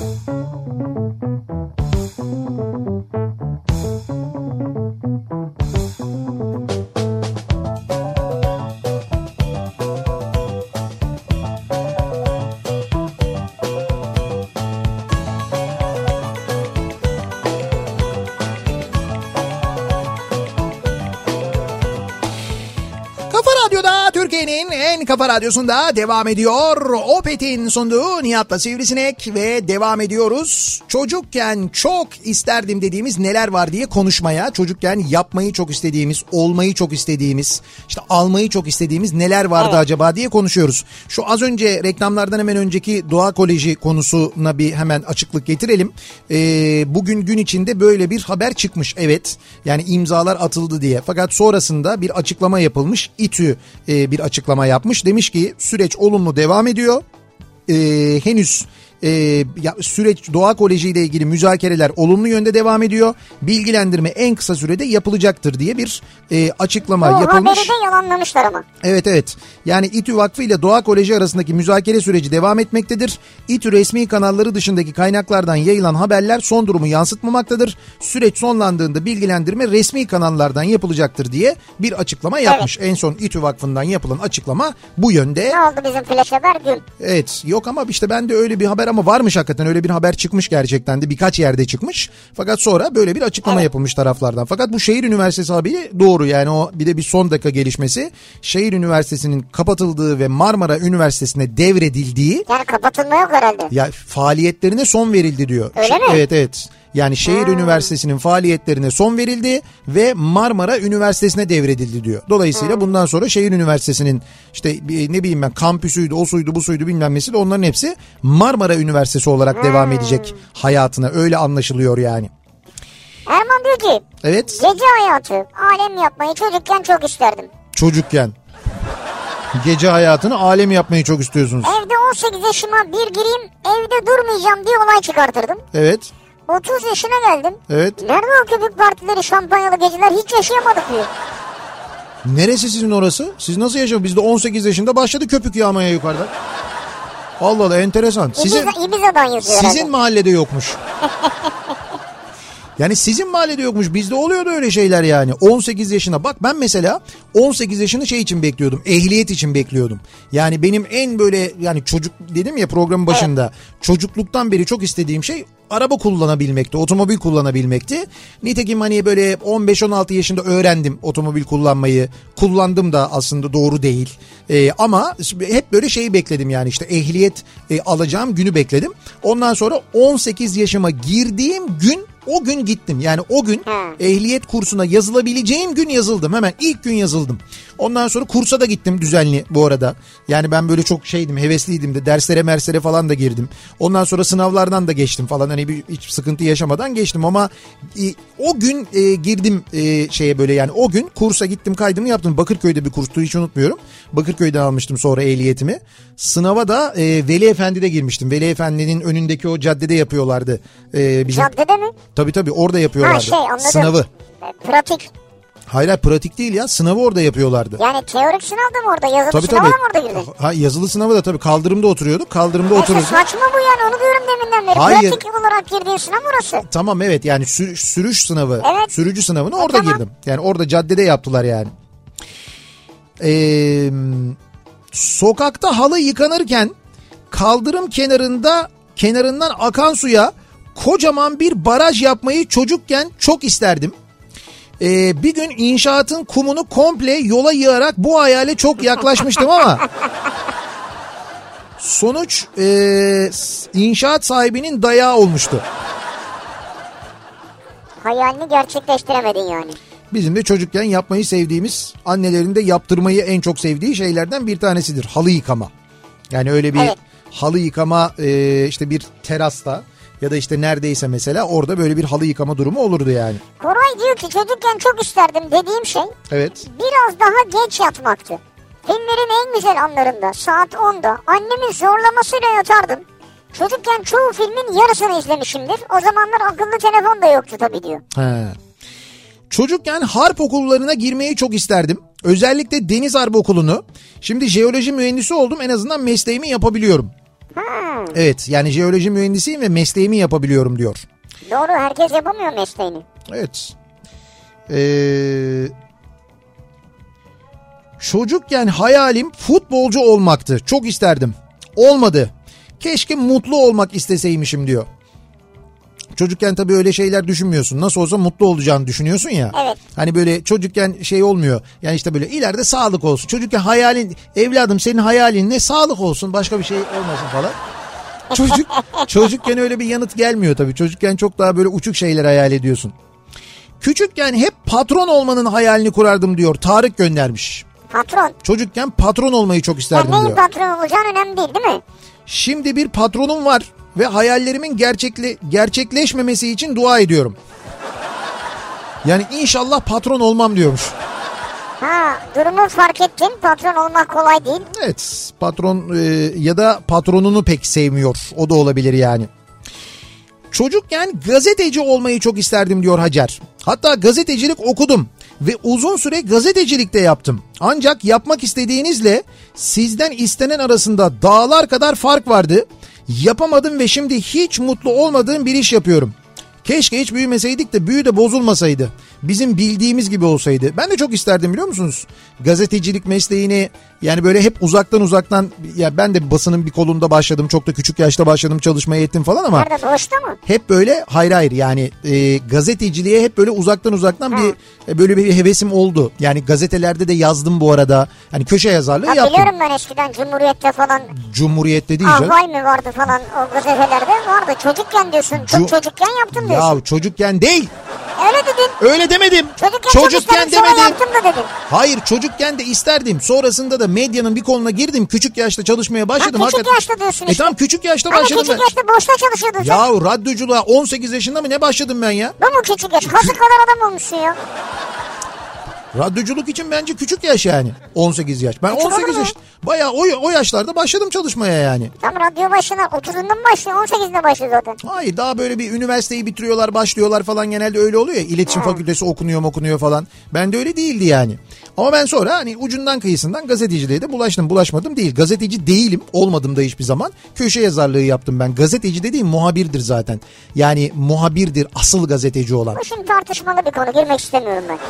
Türkiye'nin en kafa radyosunda devam ediyor. Opet'in sunduğu Nihat'la Sivrisinek ve devam ediyoruz. Çocukken çok isterdim dediğimiz neler var diye konuşmaya. Çocukken yapmayı çok istediğimiz, olmayı çok istediğimiz, işte almayı çok istediğimiz neler vardı evet. acaba diye konuşuyoruz. Şu az önce reklamlardan hemen önceki Doğa Koleji konusuna bir hemen açıklık getirelim. Ee, bugün gün içinde böyle bir haber çıkmış. Evet, yani imzalar atıldı diye. Fakat sonrasında bir açıklama yapılmış. İTÜ e, bir açıklama yapmış. Demiş ki süreç olumlu devam ediyor. Ee, henüz e, ya, süreç Doğa Koleji ile ilgili müzakereler olumlu yönde devam ediyor. Bilgilendirme en kısa sürede yapılacaktır diye bir e, açıklama o yapılmış. O haberi de yalanlamışlar ama. Evet evet. Yani İTÜ Vakfı ile Doğa Koleji arasındaki müzakere süreci devam etmektedir. İTÜ resmi kanalları dışındaki kaynaklardan yayılan haberler son durumu yansıtmamaktadır. Süreç sonlandığında bilgilendirme resmi kanallardan yapılacaktır diye bir açıklama yapmış. Evet. En son İTÜ Vakfı'ndan yapılan açıklama bu yönde. Ne oldu bizim flash haber gün? Evet, yok ama işte ben de öyle bir haber ama varmış hakikaten, öyle bir haber çıkmış gerçekten de, birkaç yerde çıkmış. Fakat sonra böyle bir açıklama evet. yapılmış taraflardan. Fakat bu Şehir Üniversitesi haberi doğru, yani o bir de bir son dakika gelişmesi. Şehir Üniversitesi'nin kapatıldığı ve Marmara Üniversitesi'ne devredildiği. Yani kapatılma yok herhalde. Ya faaliyetlerine son verildi diyor. Öyle mi? Evet evet. Yani Şehir hmm. Üniversitesi'nin faaliyetlerine son verildi ve Marmara Üniversitesi'ne devredildi diyor. Dolayısıyla hmm. bundan sonra Şehir Üniversitesi'nin işte ne bileyim ben kampüsüydü, o suydu, bu suydu bilmem nesi de onların hepsi Marmara Üniversitesi olarak hmm. devam edecek hayatına. Öyle anlaşılıyor yani. Erman diyor ki. Evet. Gece hayatı, alem yapmayı çocukken çok isterdim. Çocukken. Gece hayatını alem yapmayı çok istiyorsunuz. Evde on sekiz yaşıma bir gireyim, evde durmayacağım diye olay çıkartırdım. Evet. otuz yaşına geldim. Evet. Nerede o köpük partileri, şampanyalı geceler, hiç yaşayamadık diyor. Neresi sizin orası? Siz nasıl yaşadınız? Biz de on sekiz yaşında başladı köpük yağmaya yukarıda. Allah Allah, enteresan. Sizin, Ibiza, Ibiza'dan yazıyor Sizin herhalde. mahallede yokmuş. Yani sizin mahallede yokmuş, bizde oluyordu öyle şeyler yani. on sekiz yaşında bak, ben mesela on sekiz yaşını şey için bekliyordum, ehliyet için bekliyordum. Yani benim en böyle, yani çocuk dedim ya programın başında, evet. çocukluktan beri çok istediğim şey araba kullanabilmekti, otomobil kullanabilmekti. Nitekim hani böyle on beş on altı yaşında öğrendim otomobil kullanmayı. Kullandım da aslında, doğru değil. Ee, ama hep böyle şeyi bekledim yani, işte ehliyet e, alacağım günü bekledim. Ondan sonra on sekiz yaşıma girdiğim gün, o gün gittim. Yani o gün ehliyet kursuna yazılabileceğim gün yazıldım. Hemen ilk gün yazıldım. Ondan sonra kursa da gittim düzenli bu arada. Yani ben böyle çok şeydim, hevesliydim de, derslere merslere falan da girdim. Ondan sonra sınavlardan da geçtim falan. Hani bir, hiç sıkıntı yaşamadan geçtim ama e, o gün e, girdim e, şeye böyle, yani o gün kursa gittim, kaydımı yaptım. Bakırköy'de bir kurstu, hiç unutmuyorum. Bakırköy'den almıştım sonra ehliyetimi. Sınava da e, Veli Efendi'de girmiştim. Veli Efendi'nin önündeki o caddede yapıyorlardı. E, bizim... Caddede mi? Tabii tabii orada yapıyorlardı. Ha şey, anladım. Sınavı. Pratik. Hayır hayır, pratik değil ya, sınavı orada yapıyorlardı. Yani teorik sınav da mı orada, yazılı tabii, sınava tabii. mı orada girdin? Ha, yazılı sınavı da tabii, kaldırımda oturuyorduk, kaldırımda oturuyorduk. Saçma bu yani, onu diyorum deminden beri. Hayır. Pratik olarak girdiğin sınav orası. Tamam evet, yani sür, sürüş sınavı, evet. sürücü sınavını e, orada tamam. girdim. Yani orada caddede yaptılar yani. Ee, sokakta halı yıkanırken kaldırım kenarında kenarından akan suya kocaman bir baraj yapmayı çocukken çok isterdim. Ee, bir gün inşaatın kumunu komple yola yığarak bu hayale çok yaklaşmıştım ama sonuç e, inşaat sahibinin dayağı olmuştu. Hayalini gerçekleştiremedin yani. Bizim de çocukken yapmayı sevdiğimiz, annelerin de yaptırmayı en çok sevdiği şeylerden bir tanesidir. Halı yıkama. Yani öyle bir evet. halı yıkama e, işte bir terasta ya da işte neredeyse mesela orada böyle bir halı yıkama durumu olurdu yani. Koray diyor ki çocukken çok isterdim dediğim şey evet. biraz daha geç yatmaktı. Filmlerin en güzel anlarında saat onda annemin zorlamasıyla yatardım. Çocukken çoğu filmin yarısını izlemişimdir. O zamanlar akıllı telefon da yoktu tabii diyor. He. Çocukken harp okullarına girmeyi çok isterdim. Özellikle Deniz Harp Okulu'nu. Şimdi jeoloji mühendisi oldum, en azından mesleğimi yapabiliyorum. Hmm. Evet, yani jeoloji mühendisiyim ve mesleğimi yapabiliyorum diyor. Doğru, herkes yapamıyor mesleğini. Evet. Ee, çocukken hayalim futbolcu olmaktı. Çok isterdim. Olmadı. Keşke mutlu olmak isteseymişim diyor. Çocukken tabii öyle şeyler düşünmüyorsun. Nasıl olsa mutlu olacağını düşünüyorsun ya. Evet. Hani böyle çocukken şey olmuyor. Yani işte böyle ileride sağlık olsun. Çocukken hayalin, evladım senin hayalin ne? Sağlık olsun, başka bir şey olmasın falan. Çocuk çocukken öyle bir yanıt gelmiyor tabii. Çocukken çok daha böyle uçuk şeyler hayal ediyorsun. Küçükken hep patron olmanın hayalini kurardım diyor. Tarık göndermiş. Patron. Çocukken patron olmayı çok isterdim ya diyor. Neyin patron olacağın önemli değil değil mi? Şimdi bir patronum var ve hayallerimin gerçekle, gerçekleşmemesi için dua ediyorum. Yani inşallah patron olmam diyormuş. Ha, durumu fark ettin, patron olmak kolay değil. Evet, patron e, ya da patronunu pek sevmiyor, o da olabilir yani. Çocukken gazeteci olmayı çok isterdim diyor Hacer. Hatta gazetecilik okudum ve uzun süre gazetecilikte yaptım. Ancak yapmak istediğinizle sizden istenen arasında dağlar kadar fark vardı. Yapamadım ve şimdi hiç mutlu olmadığım bir iş yapıyorum. Keşke hiç büyümeseydik de büyü de bozulmasaydı. Bizim bildiğimiz gibi olsaydı. Ben de çok isterdim biliyor musunuz? Gazetecilik mesleğini yani böyle hep uzaktan uzaktan, ya ben de basının bir kolunda başladım. Çok da küçük yaşta başladım, çalışmaya ettim falan ama. Nerede, boşta mı? Hep böyle hayır hayır yani e, gazeteciliğe hep böyle uzaktan uzaktan ha. bir e, böyle bir hevesim oldu. Yani gazetelerde de yazdım bu arada. Hani köşe yazarlığı ha, yaptım. Biliyorum ben eskiden Cumhuriyet'te falan. Cumhuriyet'te değil canım. Ahval mi vardı falan o gazetelerde vardı. Çocukken diyorsun. Çok Cu- çocukken yaptım diyorsun. Ya çocukken değil. Öyle dedin. Öyle demedim. Çocukken, çocukken demedim. Yaptım da dedim. Hayır, çocukken de isterdim. Sonrasında da medyanın bir koluna girdim. Küçük yaşta çalışmaya başladım. Ha, küçük Hakikaten... yaşta diyorsun işte. E tamam, küçük yaşta Ama başladım. küçük ben. yaşta boşta çalışıyordun sen. Ya radyoculuğa on sekiz yaşında mı ne başladım ben ya? Bu mu küçük yaş? Hasık kadar adam olmuşsun ya. Radyoculuk için bence küçük yaş yani. on sekiz yaş. Ben Küçük on sekiz olur mu? yaş. Bayağı o, o yaşlarda başladım çalışmaya yani. Tam radyo başına otuzunda mı başlıyor? on sekizinde başlıyor zaten. Hayır, daha böyle bir üniversiteyi bitiriyorlar, başlıyorlar falan, genelde öyle oluyor ya. İletişim Hmm. fakültesi okunuyor mu okunuyor falan. Ben de öyle değildi yani. Ama ben sonra hani ucundan kıyısından gazeteciliğe de bulaştım. Bulaşmadım değil. Gazeteci değilim. Olmadım da hiçbir zaman. Köşe yazarlığı yaptım ben. Gazeteci dediğim muhabirdir zaten. Yani muhabirdir asıl gazeteci olan. Bu şimdi tartışmalı bir konu. Girmek istemiyorum ben.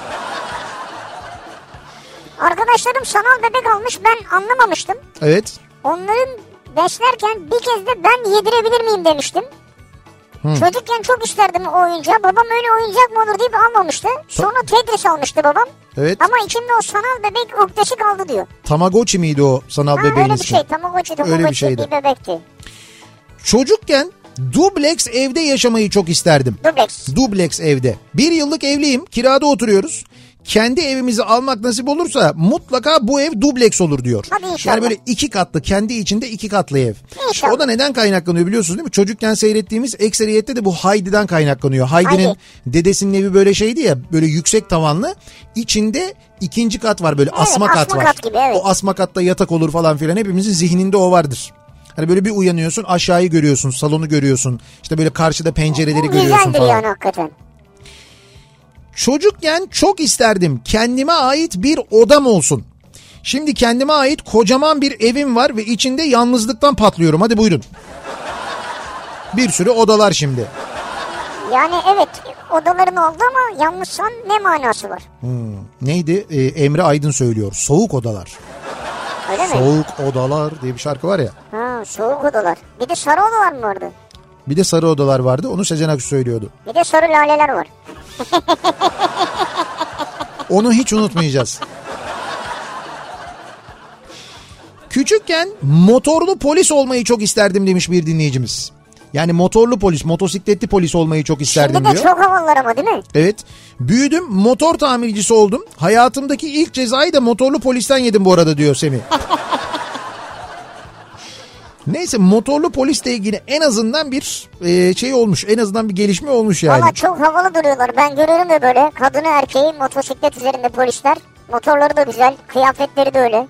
Arkadaşlarım sanal bebek almış, ben anlamamıştım. Evet. Onların beslerken bir kez de ben yedirebilir miyim demiştim. Hmm. Çocukken çok isterdim o oyuncağı. Babam öyle oyuncak mı olur deyip almamıştı. Sonra Tetris almıştı babam. Evet. Ama içinde o sanal bebek öktesi kaldı diyor. Tamagotchi miydi o sanal Ha, bebeğin öyle bir ismi? şey. Tamagotchi, Öyle bir Tamagotchi şeydi. bir bebekti. Çocukken dubleks evde yaşamayı çok isterdim. Dubleks. Dubleks evde. Bir yıllık evliyim. Kirada oturuyoruz. Kendi evimizi almak nasip olursa mutlaka bu ev dubleks olur diyor. Hadi inşallah. Yani böyle iki katlı, kendi içinde iki katlı ev. İnşallah. O da neden kaynaklanıyor biliyorsunuz değil mi? Çocukken seyrettiğimiz ekseriyette de bu Heidi'den kaynaklanıyor. Heidi'nin Heidi. dedesinin evi böyle şeydi ya, böyle yüksek tavanlı. İçinde ikinci kat var, böyle Evet, asma kat asma var. kat gibi, evet. O asma katta yatak olur falan filan, hepimizin zihninde o vardır. Hani böyle bir uyanıyorsun, aşağıyı görüyorsun, salonu görüyorsun. İşte böyle karşıda pencereleri Bu görüyorsun güzeldir falan. yani hakikaten. Çocukken çok isterdim kendime ait bir odam olsun. Şimdi kendime ait kocaman bir evim var ve içinde yalnızlıktan patlıyorum. Hadi buyurun. Bir sürü odalar şimdi. Yani evet, odaların oldu ama yalnızsan ne manası var? Hmm, neydi? Ee, Emre Aydın söylüyor. Soğuk odalar. Öyle mi? Soğuk odalar diye bir şarkı var ya. Ha, soğuk odalar. Bir de sarı odalar mı vardı? Bir de sarı odalar vardı. Onu Sezen Aksu söylüyordu. Bir de sarı laleler var. Onu hiç unutmayacağız. Küçükken motorlu polis olmayı çok isterdim demiş bir dinleyicimiz. Yani motorlu polis, motosikletli polis olmayı çok isterdim Şimdi de diyor. çok havalılar ama değil mi? Evet. Büyüdüm, motor tamircisi oldum. Hayatımdaki ilk cezayı da motorlu polisten yedim bu arada diyor Semih. Neyse, motorlu polisle ilgili en azından bir e, şey olmuş. En azından bir gelişme olmuş yani. Valla çok havalı duruyorlar. Ben görüyorum da böyle kadını erkeği motosiklet üzerinde polisler. Motorları da güzel, kıyafetleri de öyle.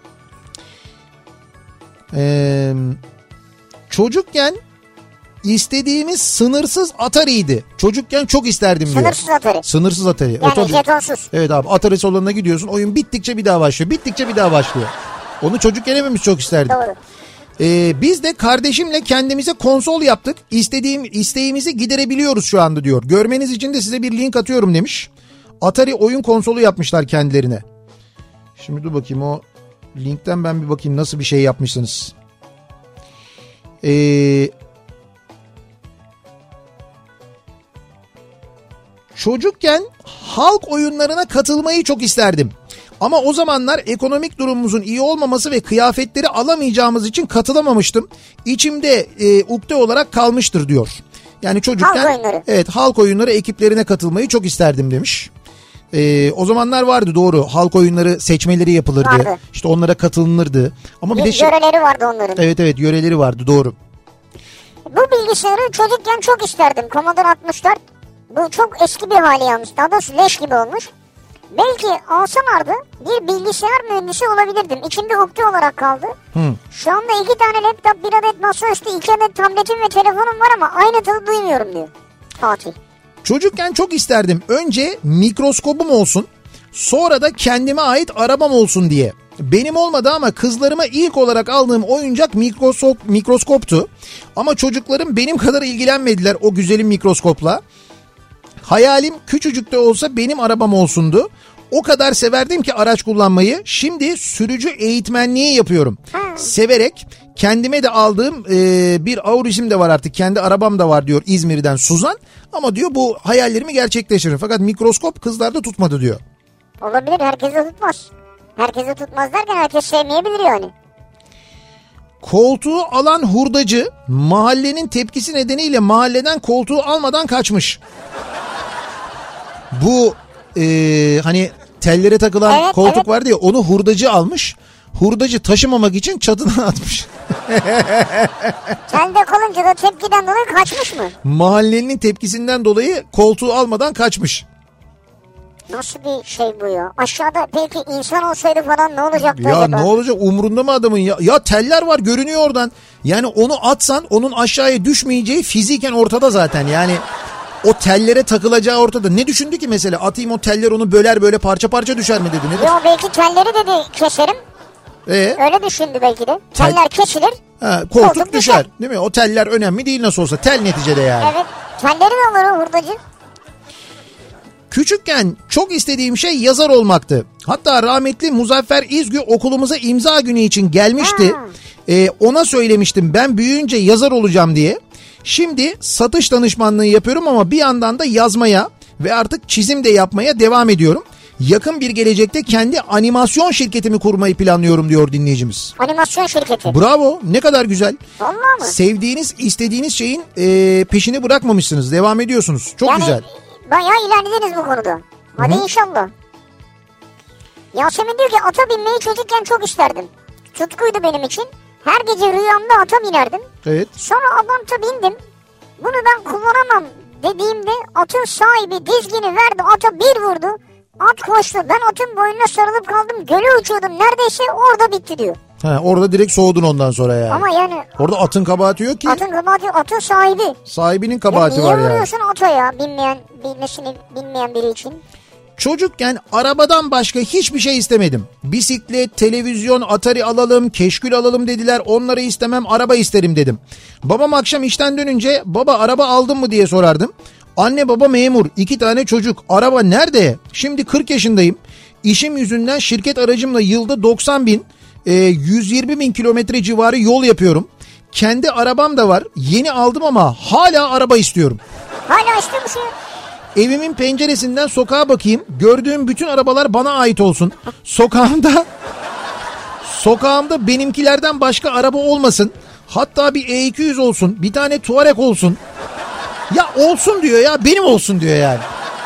Ee, çocukken istediğimiz sınırsız Atari'ydi. Çocukken çok isterdim diyor. Sınırsız Atari. Sınırsız Atari. Yani Oto- jetonsuz. Evet abi, Atari salonuna gidiyorsun, oyun bittikçe bir daha başlıyor. Bittikçe bir daha başlıyor. Onu çocukken hepimiz çok isterdik. Doğru. Ee, biz de kardeşimle kendimize konsol yaptık. İstediğim isteğimizi giderebiliyoruz şu anda diyor. Görmeniz için de size bir link atıyorum demiş. Atari oyun konsolu yapmışlar kendilerine. Şimdi dur bakayım, o linkten ben bir bakayım nasıl bir şey yapmışsınız. Ee, çocukken halk oyunlarına katılmayı çok isterdim. Ama o zamanlar ekonomik durumumuzun iyi olmaması ve kıyafetleri alamayacağımız için katılamamıştım. İçimde e, ukde olarak kalmıştır diyor. Yani çocukken Halk oyunları. Evet, halk oyunları ekiplerine katılmayı çok isterdim demiş. E, o zamanlar vardı, doğru, halk oyunları seçmeleri yapılırdı. Vardı. İşte onlara katılınırdı. Ama bir Y- de şey, Yöreleri vardı onların. evet evet yöreleri vardı, doğru. Bu bilgisayarı çocukken çok isterdim. Commodore altmış dört. Bu çok eski bir hali yalnız. Daha doğrusu leş gibi olmuş. Belki alsalardı bir bilgisayar mühendisi olabilirdim. İçimde ukde olarak kaldı. Hı. Şu anda iki tane laptop, bir adet masaüstü, iki adet tabletim ve telefonum var ama aynı tadı duymuyorum diyor Fatih. Çocukken çok isterdim. Önce mikroskobum olsun, sonra da kendime ait arabam olsun diye. Benim olmadı ama kızlarıma ilk olarak aldığım oyuncak mikroskop, mikroskoptu. Ama çocuklarım benim kadar ilgilenmediler o güzelim mikroskopla. Hayalim küçücük de olsa benim arabam olsundu. O kadar severdim ki araç kullanmayı. Şimdi sürücü eğitmenliği yapıyorum. Severek kendime de aldığım e, bir Auris'im de var artık. Kendi arabam da var diyor İzmir'den Suzan. Ama diyor bu hayallerimi gerçekleştiririm. Fakat mikroskop kızlarda tutmadı diyor. Olabilir, herkese tutmaz. Herkese tutmaz derken herkes sevmeyebilir yani. Koltuğu alan hurdacı mahallenin tepkisi nedeniyle mahalleden koltuğu almadan kaçmış. Bu e, hani tellere takılan Evet, koltuk evet. vardı ya, onu hurdacı almış. Hurdacı taşımamak için çatıdan atmış. Telde kalınca da tepkiden dolayı kaçmış mı? Mahallenin tepkisinden dolayı koltuğu almadan kaçmış. Nasıl bir şey bu ya? Aşağıda belki insan olsaydı falan ne olacaktı Ya acaba? ne olacak, umrunda mı adamın ya? Ya teller var, görünüyor oradan. Yani onu atsan onun aşağıya düşmeyeceği fiziken ortada zaten. Yani o tellere takılacağı ortada. Ne düşündü ki mesela? Atayım o teller onu böler, böyle parça parça düşer mi dedi? Ne Yok belki telleri dedi keserim. Ee? Öyle düşündü belki de. Teller kesilir. Ha, koltuk, koltuk düşer. düşer. Değil mi? O teller önemli değil nasıl olsa. Tel neticede yani. Evet. Telleri de alır o hurdacı. Küçükken çok istediğim şey yazar olmaktı. Hatta rahmetli Muzaffer İzgü okulumuza imza günü için gelmişti. Ee, ona söylemiştim ben büyüyünce yazar olacağım diye. Şimdi satış danışmanlığı yapıyorum ama bir yandan da yazmaya ve artık çizim de yapmaya devam ediyorum. Yakın bir gelecekte kendi animasyon şirketimi kurmayı planlıyorum diyor dinleyicimiz. Animasyon şirketi. Bravo, ne kadar güzel. Vallahi mı? Sevdiğiniz, istediğiniz şeyin e, peşini bırakmamışsınız, devam ediyorsunuz. Çok yani, güzel. Bayağı ilerlediniz bu konuda. Hadi Hı-hı. inşallah. Yasemin diyor ki ata binmeyi çocukken çok isterdim. Tutkuydu benim için. Her gece rüyamda ata binerdim. Evet. Sonra Abant'a bindim. Bunu ben kullanamam dediğimde atın sahibi dizgini verdi, ata bir vurdu. At koştu. Ben atın boynuna sarılıp kaldım. Göle uçuyordum. Neredeyse orada bitti diyor. Ha, orada direkt soğudun ondan sonra yani. Ama yani. Orada atın kabahati yok ki. Atın kabahati yok. Atın sahibi. Sahibinin kabahati ya var yani. Niye vuruyorsun ata ya? Bilmeyen, bilmesini bilmeyen biri için. Çocukken arabadan başka hiçbir şey istemedim. Bisiklet, televizyon, Atari alalım, keşkül alalım dediler. Onları istemem, araba isterim dedim. Babam akşam işten dönünce baba araba aldın mı diye sorardım. Anne baba memur, iki tane çocuk, araba nerede? Şimdi kırk yaşındayım. İşim yüzünden şirket aracımla yılda doksan bin, yüz yirmi bin kilometre civarı yol yapıyorum. Kendi arabam da var. Yeni aldım ama hala araba istiyorum. Hala istiyor musun? Evimin penceresinden sokağa bakayım. Gördüğüm bütün arabalar bana ait olsun. Sokağımda sokağımda benimkilerden başka araba olmasın. Hatta bir E iki yüz olsun. Bir tane Touareg olsun. Ya olsun diyor ya. Benim olsun diyor yani.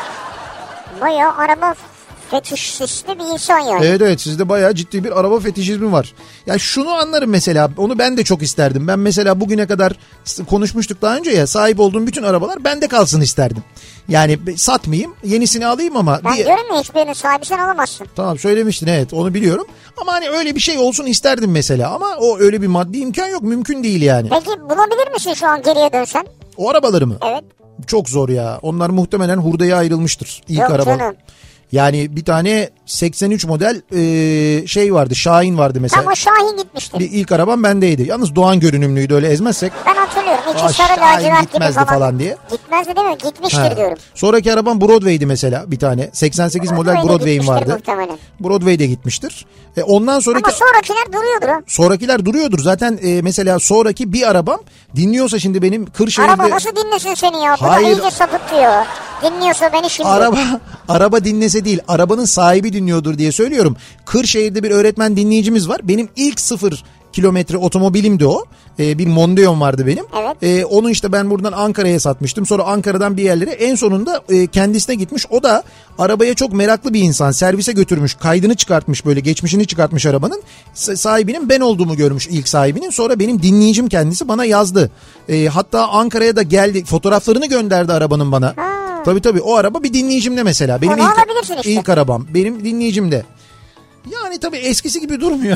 Bayağı araba fetişisti bir insan yani. Evet evet, sizde bayağı ciddi bir araba fetişizmi var. Ya şunu anlarım mesela, onu ben de çok isterdim. Ben mesela bugüne kadar konuşmuştuk daha önce ya, sahip olduğum bütün arabalar bende kalsın isterdim. Yani satmayayım, yenisini alayım ama. Ben bir... diyorum ya, hiçbirini sahibi sen alamazsın. Tamam, söylemiştin, evet, onu biliyorum. Ama hani öyle bir şey olsun isterdim mesela, ama o öyle bir maddi imkan yok, mümkün değil yani. Peki bulabilir misin şu an geriye dönsen? O arabaları mı? Evet. Çok zor ya, onlar muhtemelen hurdaya ayrılmıştır ilk yok araba. Canım. Yani bir tane seksen üç model e, şey vardı, Şahin vardı mesela. Ama Şahin gitmişti. Bir ilk arabam bendeydi. Yalnız Doğan görünümlüydü, öyle ezmezsek. Ben hatırlıyorum. İçi sarı lacivert gibi falan. falan diye. Gitmezdi değil mi? Gitmiştir ha. diyorum. Sonraki arabam Broadway'di mesela bir tane. seksen sekiz Broadway model Broadway'im vardı. Muhtemelen. Broadway'de gitmiştir. E, ondan sonraki... Ama sonrakiler duruyordur ha. Sonrakiler duruyordur. Zaten e, mesela sonraki bir arabam dinliyorsa şimdi benim Kırşehir'de... Araba nasıl dinlesin seni ya? Bu Hayır. da iyice sapıtıyor. Dinliyorsa beni şimdi. Araba, araba dinlese değil, arabanın sahibi dinliyordur diye söylüyorum. Kırşehir'de bir öğretmen dinleyicimiz var. Benim ilk sıfır kilometre otomobilimdi o. Ee, bir Mondeon vardı benim. Evet. Ee, onu işte ben buradan Ankara'ya satmıştım. Sonra Ankara'dan bir yerlere, en sonunda e, kendisine gitmiş. O da arabaya çok meraklı bir insan. Servise götürmüş, kaydını çıkartmış, böyle geçmişini çıkartmış arabanın. Sahibinin ben olduğumu görmüş, ilk sahibinin. Sonra benim dinleyicim kendisi bana yazdı. Ee, hatta Ankara'ya da geldi. Fotoğraflarını gönderdi arabanın bana. Ha. Tabii tabii, o araba bir dinleyicimde mesela. Benim Onu ilk, işte. ilk arabam benim dinleyicimde. Yani tabii eskisi gibi durmuyor.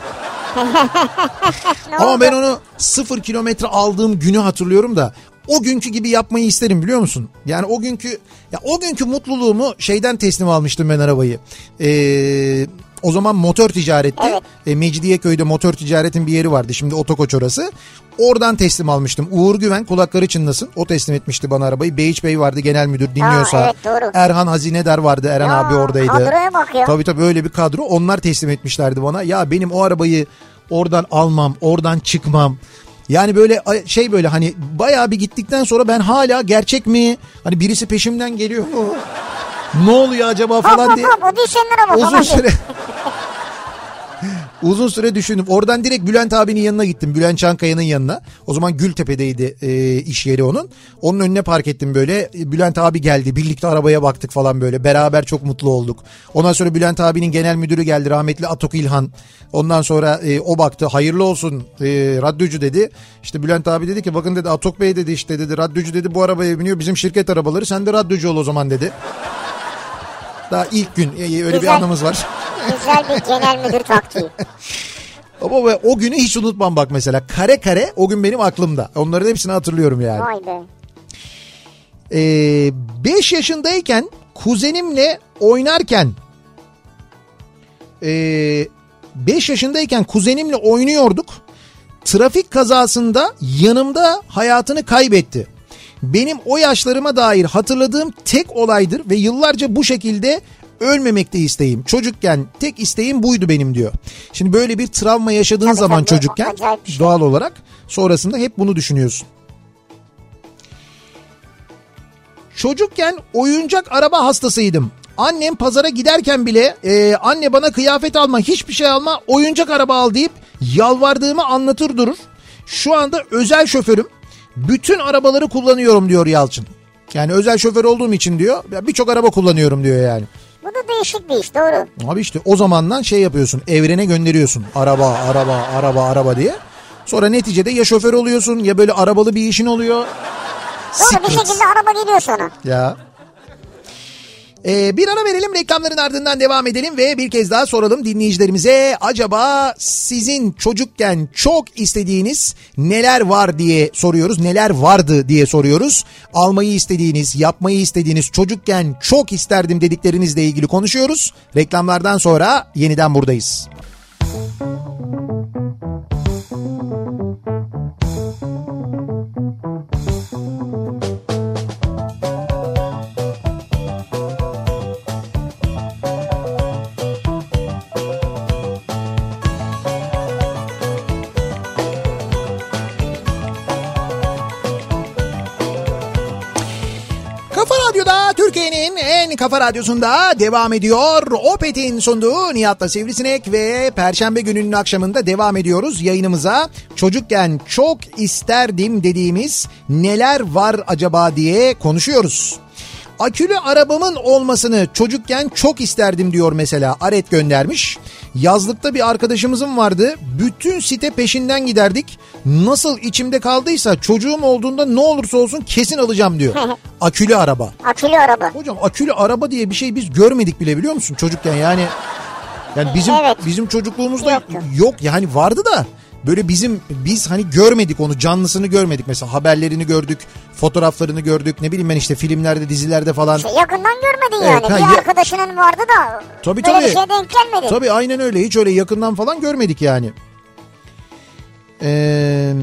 Ama ben onu sıfır kilometre aldığım günü hatırlıyorum da o günkü gibi yapmayı isterim, biliyor musun? Yani o günkü ya o günkü mutluluğumu şeyden teslim almıştım ben arabayı. Eee O zaman motor ticaretti. Evet. E, Mecidiyeköy'de motor ticaretin bir yeri vardı. Şimdi Otokoç orası. Oradan teslim almıştım. Uğur Güven, kulakları çınlasın, o teslim etmişti bana arabayı. Beyiç Bey vardı genel müdür, dinliyorsa. Aa, evet, doğru. Erhan Hazinedar vardı. Eren ya, abi oradaydı. Kadroya bak ya. Tabii tabii, öyle bir kadro. Onlar teslim etmişlerdi bana. Ya benim o arabayı oradan almam, oradan çıkmam. Yani böyle şey, böyle hani bayağı bir gittikten sonra ben hala gerçek mi? Hani birisi peşimden geliyor mu? Ne oluyor acaba falan hop, diye. Hop hop, o değil senin araba. Uzun süre... Uzun süre düşündüm. Oradan direkt Bülent abinin yanına gittim. Bülent Çankaya'nın yanına. O zaman Gültepe'deydi e, iş yeri onun. Onun önüne park ettim böyle. Bülent abi geldi. Birlikte arabaya baktık falan böyle. Beraber çok mutlu olduk. Ondan sonra Bülent abinin genel müdürü geldi. Rahmetli Atok İlhan. Ondan sonra e, o baktı. Hayırlı olsun e, radyocu dedi. İşte Bülent abi dedi ki bakın dedi, Atok Bey dedi, işte dedi radyocu dedi, bu arabaya biniyor. Bizim şirket arabaları, sen de radyocu ol o zaman dedi. Daha ilk gün öyle Güzel. bir anımız var. Güzel bir genel müdür taktiği. Ama ve o günü hiç unutmam bak mesela. Kare kare o gün benim aklımda. Onların hepsini hatırlıyorum yani. Vay be. beş ee, yaşındayken kuzenimle oynarken beş ee, yaşındayken kuzenimle oynuyorduk. Trafik kazasında yanımda hayatını kaybetti. Benim o yaşlarıma dair hatırladığım tek olaydır ve yıllarca bu şekilde ölmemekte isteğim. Çocukken tek isteğim buydu benim diyor. Şimdi böyle bir travma yaşadığın tabii, zaman tabii, çocukken şey. Doğal olarak sonrasında hep bunu düşünüyorsun. Çocukken oyuncak araba hastasıydım. Annem pazara giderken bile e, anne bana kıyafet alma, hiçbir şey alma, oyuncak araba al deyip yalvardığımı anlatır durur. Şu anda özel şoförüm. Bütün arabaları kullanıyorum diyor Yalçın. Yani özel şoför olduğum için diyor birçok araba kullanıyorum diyor yani. Bu da değişik bir iş, doğru. Abi işte o zamandan şey yapıyorsun, evrene gönderiyorsun araba araba araba araba diye. Sonra neticede ya şoför oluyorsun ya böyle arabalı bir işin oluyor. Doğru Secret. Bir şekilde araba geliyor sana. Ya. Ee, bir ara verelim, reklamların ardından devam edelim ve bir kez daha soralım dinleyicilerimize. Acaba sizin çocukken çok istediğiniz neler var diye soruyoruz. Neler vardı diye soruyoruz. Almayı istediğiniz, yapmayı istediğiniz, çocukken çok isterdim dediklerinizle ilgili konuşuyoruz. Reklamlardan sonra yeniden buradayız. Türkiye'nin en kafa radyosunda devam ediyor. Opet'in sunduğu Nihat'la Sivrisinek ve Perşembe gününün akşamında devam ediyoruz yayınımıza. Çocukken çok isterdim dediğimiz neler var acaba diye konuşuyoruz. Akülü arabamın olmasını çocukken çok isterdim diyor mesela. Aret göndermiş. Yazlıkta bir arkadaşımızın vardı. Bütün site peşinden giderdik. Nasıl içimde kaldıysa çocuğum olduğunda ne olursa olsun kesin alacağım diyor. Akülü araba. Akülü araba. Hocam akülü araba diye bir şey biz görmedik bile, biliyor musun çocukken yani. Yani bizim evet. bizim çocukluğumuzda Yoktu. yok yani vardı da böyle bizim biz hani görmedik onu, canlısını görmedik. Mesela haberlerini gördük, fotoğraflarını gördük, ne bileyim ben işte filmlerde, dizilerde falan. İşte yakından görmedin evet, yani. Ha, bir ya... arkadaşının vardı da tabii, böyle tabii. bir şeye denk gelmedi. Tabii aynen öyle, hiç öyle yakından falan görmedik yani. Eee...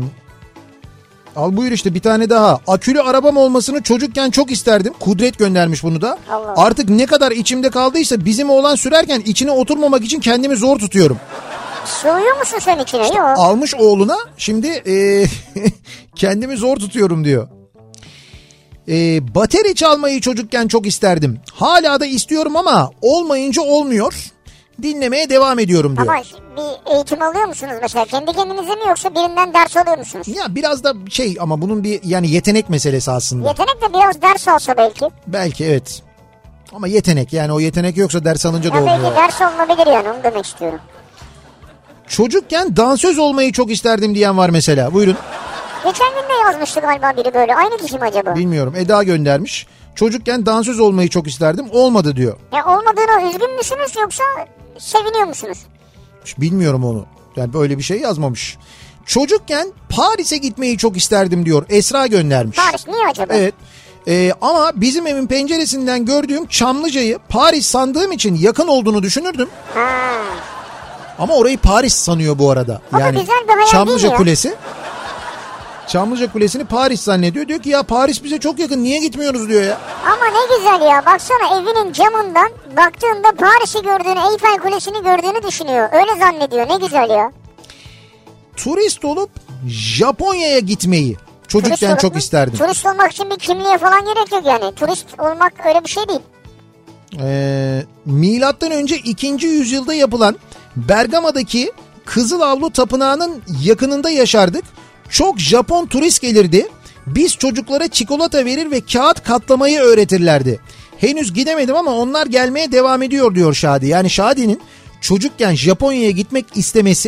Al buyur işte bir tane daha. Akülü arabam olmasını çocukken çok isterdim. Kudret göndermiş bunu da. Allah. Artık ne kadar içimde kaldıysa bizim oğlan sürerken içine oturmamak için kendimi zor tutuyorum. Sığıyor musun sen içine? İşte Yok. Almış oğluna, şimdi e, kendimi zor tutuyorum diyor. E, bateri çalmayı çocukken çok isterdim. Hala da istiyorum ama olmayınca olmuyor. Dinlemeye devam ediyorum diyor. Ama bir eğitim alıyor musunuz mesela? Kendi kendinize mi yoksa birinden ders alıyor musunuz? Ya biraz da şey ama bunun bir yani yetenek meselesi aslında. Yetenek de biraz ders alsa belki. Belki evet. Ama yetenek yani o yetenek yoksa ders alınca ya da olmuyor. Belki ders alınabilir yani, onu demek istiyorum. Çocukken dansöz olmayı çok isterdim diyen var mesela. Buyurun. Geçen gün de yazmıştı galiba biri böyle. Aynı kişi mi acaba? Bilmiyorum. Eda göndermiş. Çocukken dansöz olmayı çok isterdim. Olmadı diyor. Ya olmadığına üzgün müsünüz yoksa seviniyor musunuz? Bilmiyorum onu. Yani böyle bir şey yazmamış. Çocukken Paris'e gitmeyi çok isterdim diyor. Esra göndermiş. Paris niye acaba? Evet. Ee, ama bizim evin penceresinden gördüğüm Çamlıca'yı Paris sandığım için yakın olduğunu düşünürdüm. Ha. Ama orayı Paris sanıyor bu arada. O yani da güzel bir hayal Çamlıca değil mi Kulesi. Çamlıca Kulesi'ni Paris zannediyor. Diyor ki ya Paris bize çok yakın, niye gitmiyoruz diyor ya. Ama ne güzel ya, baksana evinin camından baktığında Paris'i gördüğünü, Eyfel Kulesi'ni gördüğünü düşünüyor. Öyle zannediyor, ne güzel ya. Turist olup Japonya'ya gitmeyi çocukken Turist çok mu? isterdim. Turist olmak için bir kimliğe falan gerek yok yani. Turist olmak öyle bir şey değil. Ee, milattan önce ikinci yüzyılda yapılan Bergama'daki Kızılavlu Tapınağı'nın yakınında yaşardık. Çok Japon turist gelirdi. Biz çocuklara çikolata verir ve kağıt katlamayı öğretirlerdi. Henüz gidemedim ama onlar gelmeye devam ediyor diyor Şadi. Yani Şadi'nin çocukken Japonya'ya gitmek istemesi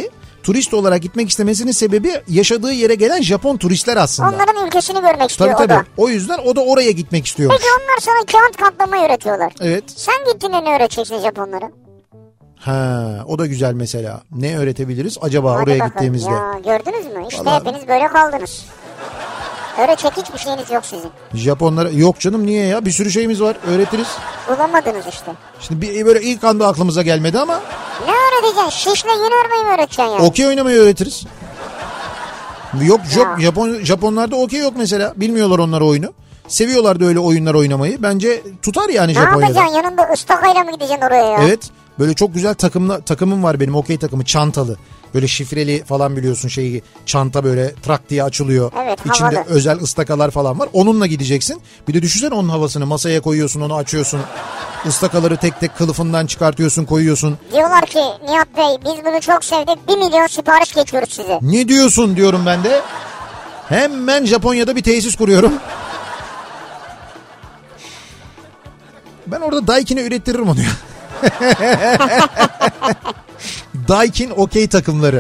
turist olarak gitmek istemesinin sebebi yaşadığı yere gelen Japon turistler aslında. Onların ülkesini görmek istiyor tabii, o tabii. da. O yüzden o da oraya gitmek istiyormuş. Peki onlar sana kağıt kaplama öğretiyorlar. Evet. Sen gittiğinde ne öğreteceksin Japonlara? Ha, o da güzel mesela. Ne öğretebiliriz acaba Hadi oraya bakalım. gittiğimizde? Ya gördünüz mü? İşte Vallahi... hepiniz böyle kaldınız. Öğretecek hiçbir şeyiniz yok sizin. Japonlara yok canım, niye ya? Bir sürü şeyimiz var, öğretiriz. Bulamadınız işte. Şimdi bir, böyle ilk anda aklımıza gelmedi ama. Ne öğreteceksin? Şişle yün örmeyi mi öğreteceksin yani? Okey oynamayı öğretiriz. Yok yok Japon Japonlarda okey yok mesela. Bilmiyorlar onlar oyunu. Seviyorlar da öyle oyunlar oynamayı. Bence tutar yani ne Japonya'da. Ne yapacaksın? Yanında ıstakayla mı gideceksin oraya ya? Evet. Böyle çok güzel takımla, takımım var benim, okey takımı, çantalı. Böyle şifreli falan, biliyorsun şeyi, çanta böyle trak diye açılıyor. Evet, İçinde havalı. özel ıstakalar falan var. Onunla gideceksin. Bir de düşünsene onun havasını, masaya koyuyorsun, onu açıyorsun. Istakaları tek tek kılıfından çıkartıyorsun, koyuyorsun. Diyorlar ki Nihat Bey biz bunu çok sevdik, bir milyon sipariş geçiyoruz size. Ne diyorsun diyorum ben de. Hemen Japonya'da bir tesis kuruyorum. Ben orada Daikin'e ürettiririm onu ya. Daikin okey takımları.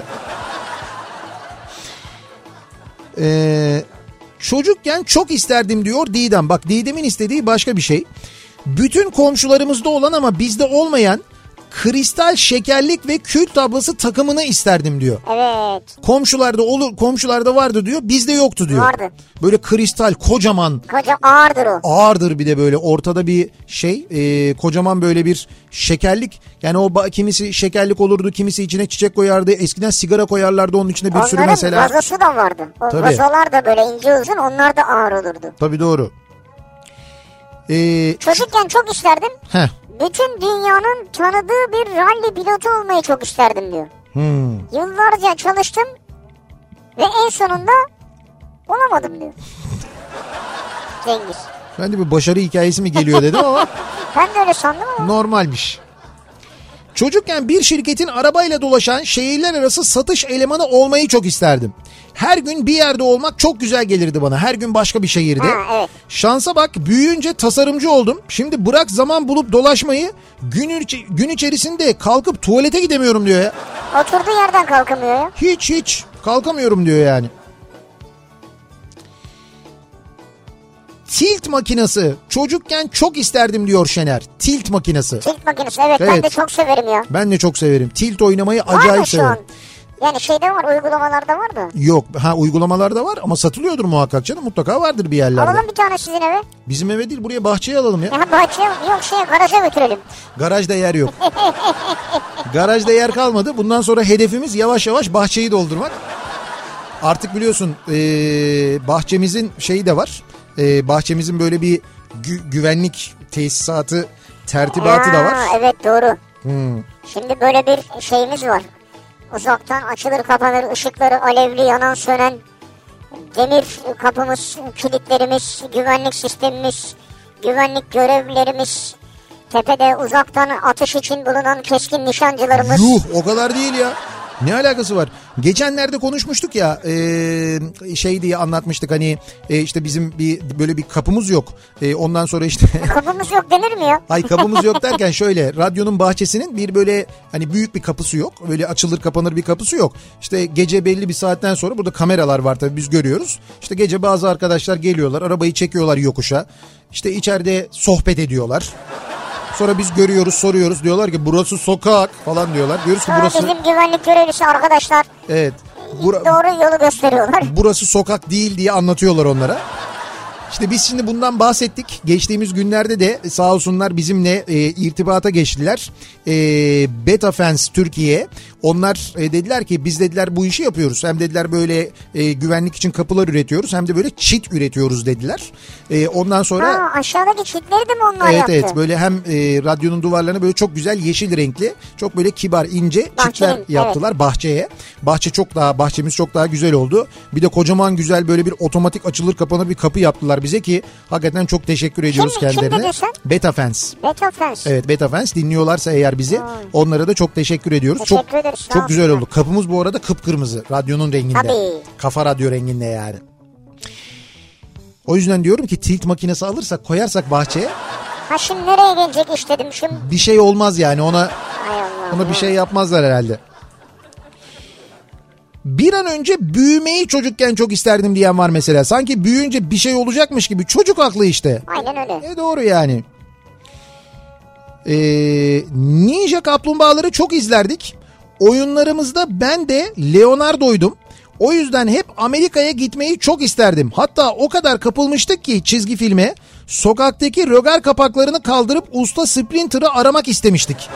Ee, çocukken çok isterdim diyor Didem. Bak, Didem'in istediği başka bir şey. Bütün komşularımızda olan ama bizde olmayan kristal şekerlik ve kül tablası takımını isterdim diyor. Evet. Komşularda olur, komşularda vardı diyor, bizde yoktu diyor. Vardı. Böyle kristal kocaman. Koca ağırdır o. Ağırdır bir de böyle ortada bir şey, e, kocaman böyle bir şekerlik. Yani o kimisi şekerlik olurdu, kimisi içine çiçek koyardı. Eskiden sigara koyarlardı onun içine bir Onların sürü mesela. Onların vazosu da vardı. O Tabii. vazolar da böyle ince uzun, onlar da ağır olurdu. Tabii, doğru. Ee, Çocukken çok isterdim. Heh. Bütün dünyanın tanıdığı bir ralli pilotu olmayı çok isterdim diyor. Hmm. Yıllarca çalıştım ve en sonunda olamadım diyor. Cengiz. Ben de bir başarı hikayesi mi geliyor dedim ama. Ben de öyle sandım ama. Normalmiş. Çocukken bir şirketin arabayla dolaşan şehirler arası satış elemanı olmayı çok isterdim. Her gün bir yerde olmak çok güzel gelirdi bana. Her gün başka bir şehirde. Ha, evet. Şansa bak, büyüyünce tasarımcı oldum. Şimdi bırak zaman bulup dolaşmayı, gün, içi, gün içerisinde kalkıp tuvalete gidemiyorum diyor ya. Oturduğu yerden kalkamıyor ya. Hiç hiç kalkamıyorum diyor yani. Tilt makinesi. Çocukken çok isterdim diyor Şener. Tilt makinesi. Tilt makinesi evet, evet. Ben de çok severim ya. Ben de çok severim. Tilt oynamayı var acayip severim. An? Yani şeyde var, uygulamalarda var da. Yok, ha uygulamalarda var ama satılıyordur muhakkak canım. Mutlaka vardır bir yerlerde. Alalım bir tane sizin eve. Bizim eve değil, buraya bahçeye alalım ya. Ya bahçeye yok, şeye garaja götürelim. Garajda yer yok. Garajda yer kalmadı. Bundan sonra hedefimiz yavaş yavaş bahçeyi doldurmak. Artık biliyorsun ee, bahçemizin şeyi de var. Ee, bahçemizin böyle bir gü- güvenlik tesisatı, tertibatı ha, da var. Evet, doğru. Hmm. Şimdi böyle bir şeyimiz var. Uzaktan açılır kapanır, ışıkları alevli yanan sönen, demir kapımız, kilitlerimiz, güvenlik sistemimiz, güvenlik görevlilerimiz, tepede uzaktan atış için bulunan keskin nişancılarımız. Yuh, o kadar değil ya. Ne alakası var? Geçenlerde konuşmuştuk ya, e, şey diye anlatmıştık hani e, işte bizim bir böyle bir kapımız yok. E, ondan sonra işte. Kapımız yok denir mi ya? Ay, kapımız yok derken şöyle, radyonun bahçesinin bir böyle hani büyük bir kapısı yok. Böyle açılır kapanır bir kapısı yok. İşte gece belli bir saatten sonra burada kameralar var tabii, biz görüyoruz. İşte gece bazı arkadaşlar geliyorlar, arabayı çekiyorlar yokuşa. İşte içeride sohbet ediyorlar. Sonra biz görüyoruz, soruyoruz, diyorlar ki burası sokak falan diyorlar. Diyoruz ki burası. Bizim güvenlik görevlisi arkadaşlar. Evet. Bura... Doğru yolu gösteriyorlar. Burası sokak değil diye anlatıyorlar onlara. İşte biz şimdi bundan bahsettik. Geçtiğimiz günlerde de sağ olsunlar bizimle e, irtibata geçtiler. E, Betafence Türkiye. Onlar e, dediler ki biz dediler bu işi yapıyoruz. Hem dediler böyle e, güvenlik için kapılar üretiyoruz, hem de böyle çit üretiyoruz dediler. E, ondan sonra. Ha, aşağıdaki çitleri de mi onlar evet, yaptı? Evet evet, böyle hem e, radyonun duvarlarına böyle çok güzel yeşil renkli, çok böyle kibar ince Bahçenin, çitler yaptılar evet. bahçeye. Bahçe çok daha bahçemiz çok daha güzel oldu. Bir de kocaman güzel böyle bir otomatik açılır kapanır bir kapı yaptılar bize ki hakikaten çok teşekkür ediyoruz kim, kendilerine. Kim dedin sen? Betafence. Betafence. Evet, Betafence dinliyorlarsa eğer bizi, hmm. onlara da çok teşekkür ediyoruz. Teşekkür çok ederiz. çok güzel oldu. Kapımız bu arada kıpkırmızı, radyonun renginde. Tabii. Kafa radyo renginde yani. O yüzden diyorum ki tilt makinesi alırsak, koyarsak bahçeye. Ha şimdi nereye gelecek iş dedim şimdi. Bir şey olmaz yani ona. Ay Allah ona ya. Bir şey yapmazlar herhalde. Bir an önce büyümeyi çocukken çok isterdim diyen var mesela. Sanki büyüyünce bir şey olacakmış gibi. Çocuk aklı işte. Aynen öyle. E doğru yani. Ee, Ninja Kaplumbağaları çok izlerdik. Oyunlarımızda ben de Leonardo'ydum. O yüzden hep Amerika'ya gitmeyi çok isterdim. Hatta o kadar kapılmıştık ki çizgi filme, sokaktaki rögar kapaklarını kaldırıp usta Splinter'ı aramak istemiştik.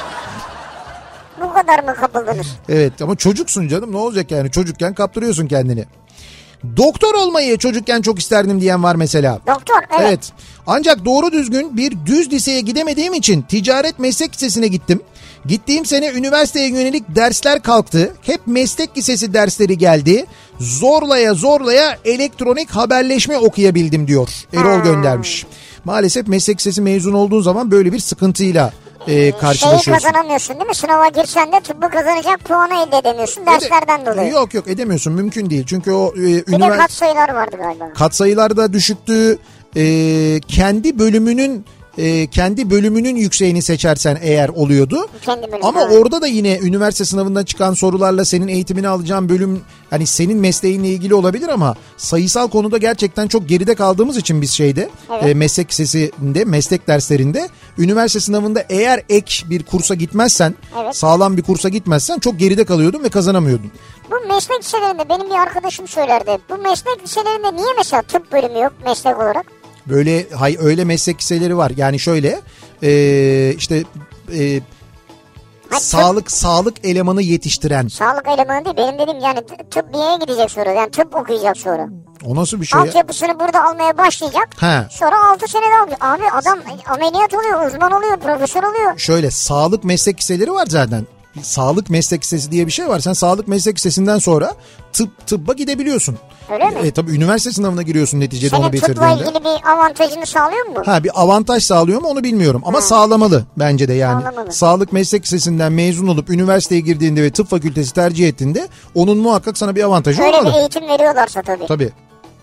Bu kadar mı kapıldınız? Evet ama çocuksun canım, ne olacak yani, çocukken kaptırıyorsun kendini. Doktor olmayı çocukken çok isterdim diyen var mesela. Doktor, evet. Evet. Ancak doğru düzgün bir düz liseye gidemediğim için ticaret meslek lisesine gittim. Gittiğim sene üniversiteye yönelik dersler kalktı. Hep meslek lisesi dersleri geldi. Zorlaya zorlaya elektronik haberleşme okuyabildim diyor. Erol hmm. göndermiş. Maalesef meslek lisesi mezun olduğun zaman böyle bir sıkıntıyla e, karşılaşıyorsun. Şeyi kazanamıyorsun değil mi? Sınava girsen de tıbbı kazanacak puanı elde edemiyorsun derslerden Ede, dolayı. Yok yok edemiyorsun, mümkün değil. Çünkü o... E, bir ünivers- de katsayılar vardı galiba. Katsayılar da düşüktü. E, kendi bölümünün e, kendi bölümünün yükseğini seçersen eğer oluyordu. Ama abi. Orada da yine üniversite sınavından çıkan sorularla senin eğitimini alacağın bölüm hani senin mesleğinle ilgili olabilir ama sayısal konuda gerçekten çok geride kaldığımız için biz şeyde evet. e, meslek lisesinde, meslek derslerinde üniversite sınavında eğer ek bir kursa gitmezsen, evet. sağlam bir kursa gitmezsen çok geride kalıyordun ve kazanamıyordun. Bu meslek liselerinde benim bir arkadaşım söylerdi. Bu meslek liselerinde niye mesela tıp bölümü yok meslek olarak? Böyle hay öyle meslek liseleri var. Yani şöyle e, işte e, ha, sağlık tıp, sağlık elemanı yetiştiren. Sağlık elemanı değil. Benim dediğim yani tıbbiyeye gidecek sonra. Yani tıp okuyacak sonra. O nasıl bir şey? Altyapısını burada almaya başlayacak. He. Sonra altı senede alıyor. Abi adam ameliyat oluyor, uzman oluyor, profesör oluyor. Şöyle sağlık meslek liseleri var zaten. Sağlık meslek lisesi diye bir şey var. Sen sağlık meslek lisesinden sonra tıp tıbba gidebiliyorsun. Öyle mi? E, tabii üniversite sınavına giriyorsun neticede senin onu bitirdiğinde. Senin tıpla ilgili bir avantajını sağlıyor mu? Ha bir avantaj sağlıyor mu onu bilmiyorum ama ha. sağlamalı bence de yani. Sağlamalı. Sağlık meslek lisesinden mezun olup üniversiteye girdiğinde ve tıp fakültesi tercih ettiğinde onun muhakkak sana bir avantajı öyle olmalı. Öyle bir eğitim veriyorlarsa tabii. Tabii.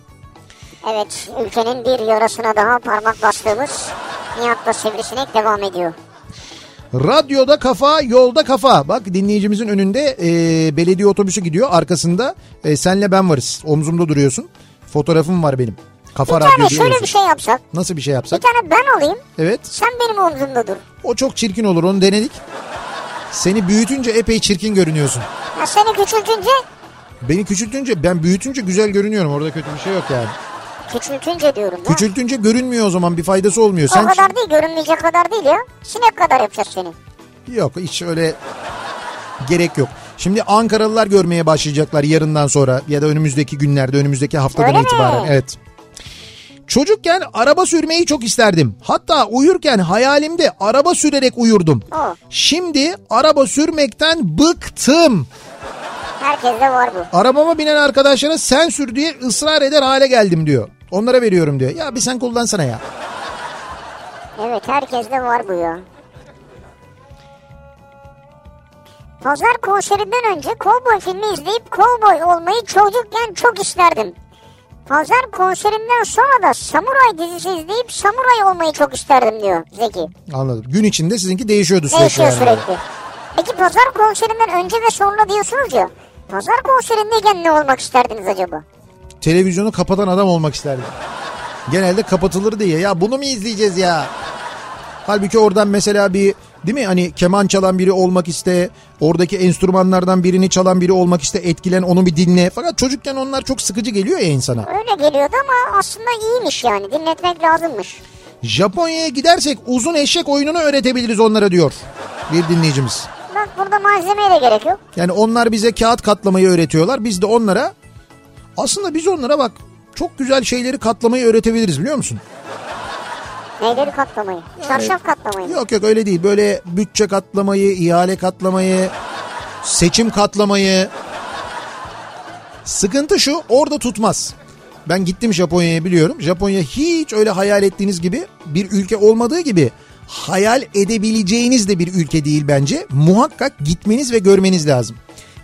Evet, ülkenin bir yarasına daha parmak bastığımız Nihat'la Sivrisinek devam ediyor. Radyoda kafa, yolda kafa. Bak dinleyicimizin önünde e, belediye otobüsü gidiyor. Arkasında e, senle ben varız. Omzumda duruyorsun. Fotoğrafım var benim. Kafa bir radyo tane şöyle diyorsun. bir şey yapsak. Nasıl bir şey yapsak? Bir tane ben olayım. Evet. Sen benim omzumda dur. O çok çirkin olur, onu denedik. Seni büyütünce epey çirkin görünüyorsun. Ha, seni küçültünce? Beni küçültünce, ben büyütünce güzel görünüyorum. Orada kötü bir şey yok yani. Küçültünce diyorum. Küçültünce ya. Görünmüyor o zaman, bir faydası olmuyor. O Sen kadar değil, görünmeyecek kadar değil ya. Sinek kadar yapacağız seni. Yok hiç öyle gerek yok. Şimdi Ankaralılar görmeye başlayacaklar yarından sonra ya da önümüzdeki günlerde, önümüzdeki haftadan öyle itibaren. Mi? Evet. Çocukken araba sürmeyi çok isterdim. Hatta uyurken hayalimde araba sürerek uyurdum. O. Şimdi araba sürmekten bıktım. Herkeste var bu. Arabama binen arkadaşlara sen sür diye ısrar eder hale geldim diyor. Onlara veriyorum diyor. Ya bir sen kullansana ya. Evet, herkeste var bu ya. Pazar konserinden önce Cowboy filmi izleyip Cowboy olmayı çocukken çok isterdim. Pazar konserinden sonra da Samuray dizisi izleyip Samuray olmayı çok isterdim diyor Zeki. Anladım. Gün içinde sizinki değişiyordu sürekli. Değişiyor yani. sürekli. Peki pazar konserinden önce ve sonra diyorsunuz ya. Pazar konserindeyken ne olmak isterdiniz acaba? Televizyonu kapatan adam olmak isterdim. Genelde kapatılır diye. Ya bunu mu izleyeceğiz ya? Halbuki oradan mesela bir, değil mi, hani keman çalan biri olmak iste, oradaki enstrümanlardan birini çalan biri olmak iste, etkilen onu bir dinle. Fakat çocukken onlar çok sıkıcı geliyor ya insana. Öyle geliyordu ama aslında iyiymiş yani, dinletmek lazımmış. Japonya'ya gidersek uzun eşek oyununu öğretebiliriz onlara diyor bir dinleyicimiz. Bak burada malzemeye de gerek yok. Yani onlar bize kağıt katlamayı öğretiyorlar, biz de onlara, aslında biz onlara bak çok güzel şeyleri katlamayı öğretebiliriz biliyor musun? Neyleri katlamayı? Çarşaf yani, katlamayı. Yok yok öyle değil. Böyle bütçe katlamayı, ihale katlamayı, seçim katlamayı. Sıkıntı şu, orada tutmaz. Ben gittim Japonya'ya, biliyorum. Japonya hiç öyle hayal ettiğiniz gibi bir ülke olmadığı gibi hayal edebileceğiniz de bir ülke değil bence. Muhakkak gitmeniz ve görmeniz lazım.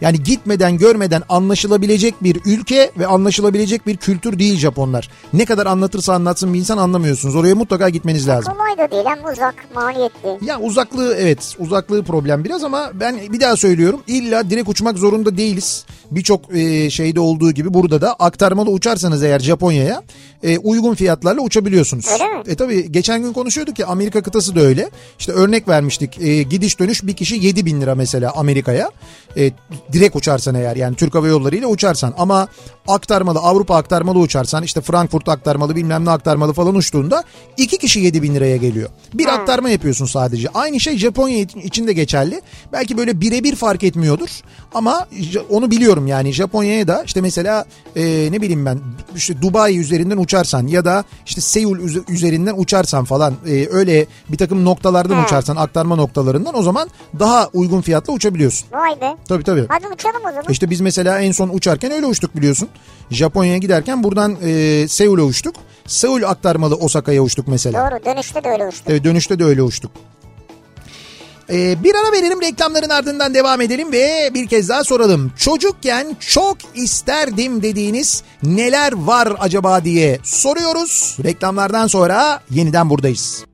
Yani gitmeden görmeden anlaşılabilecek bir ülke ve anlaşılabilecek bir kültür değil Japonlar. Ne kadar anlatırsa anlatsın bir insan anlamıyorsunuz. Oraya mutlaka gitmeniz lazım. Kolay da değil, hem uzak, maliyetli. Ya uzaklığı, evet, uzaklığı problem biraz ama ben bir daha söylüyorum, illa direkt uçmak zorunda değiliz. Birçok e, şeyde olduğu gibi burada da aktarmalı uçarsanız eğer Japonya'ya e, uygun fiyatlarla uçabiliyorsunuz. Öyle mi? E tabii geçen gün konuşuyorduk ya, Amerika kıtası da öyle. İşte örnek vermiştik, e, gidiş dönüş bir kişi yedi bin lira mesela Amerika'ya. E, direkt uçarsan eğer, yani Türk Hava Yolları ile uçarsan, ama aktarmalı, Avrupa aktarmalı uçarsan, işte Frankfurt aktarmalı, bilmem ne aktarmalı falan uçtuğunda iki kişi yedi bin liraya geliyor. Bir hmm. aktarma yapıyorsun sadece. Aynı şey Japonya için de geçerli. Belki böyle birebir fark etmiyordur ama onu biliyorum yani. Japonya'ya da işte mesela e, ne bileyim ben, işte Dubai üzerinden uçarsan ya da işte Seul üzerinden uçarsan falan, e, öyle bir takım noktalardan hmm. uçarsan, aktarma noktalarından, o zaman daha uygun fiyatla uçabiliyorsun. Vay be. Tabii tabii. Hadi uçalım o zaman. İşte biz mesela en son uçarken öyle uçtuk biliyorsun. Japonya'ya giderken buradan e, Seul'e uçtuk. Seul aktarmalı Osaka'ya uçtuk mesela. Doğru, dönüşte de öyle uçtuk. Evet, dönüşte de öyle uçtuk. Ee, bir ara verelim, reklamların ardından devam edelim ve bir kez daha soralım. Çocukken çok isterdim dediğiniz neler var acaba diye soruyoruz. Reklamlardan sonra yeniden buradayız.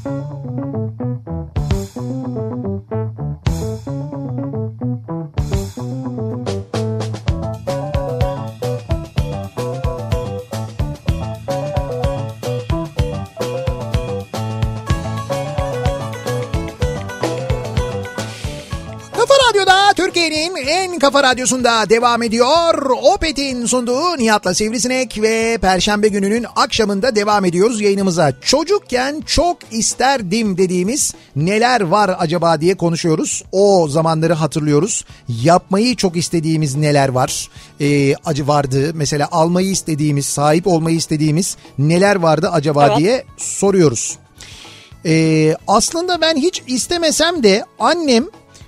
Türkiye'nin en kafa radyosunda devam ediyor. Opet'in sunduğu Nihat'la Sivrisinek ve Perşembe gününün akşamında devam ediyoruz yayınımıza. Çocukken çok isterdim dediğimiz neler var acaba diye konuşuyoruz. O zamanları hatırlıyoruz. Yapmayı çok istediğimiz neler var? Ee, acı vardı. Mesela almayı istediğimiz, sahip olmayı istediğimiz neler vardı acaba evet. diye soruyoruz. Ee, aslında ben hiç istemesem de annem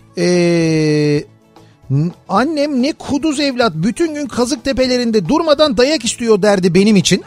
Ee, annem ne kuduz evlat, bütün gün kazık tepelerinde durmadan dayak istiyor derdi benim için.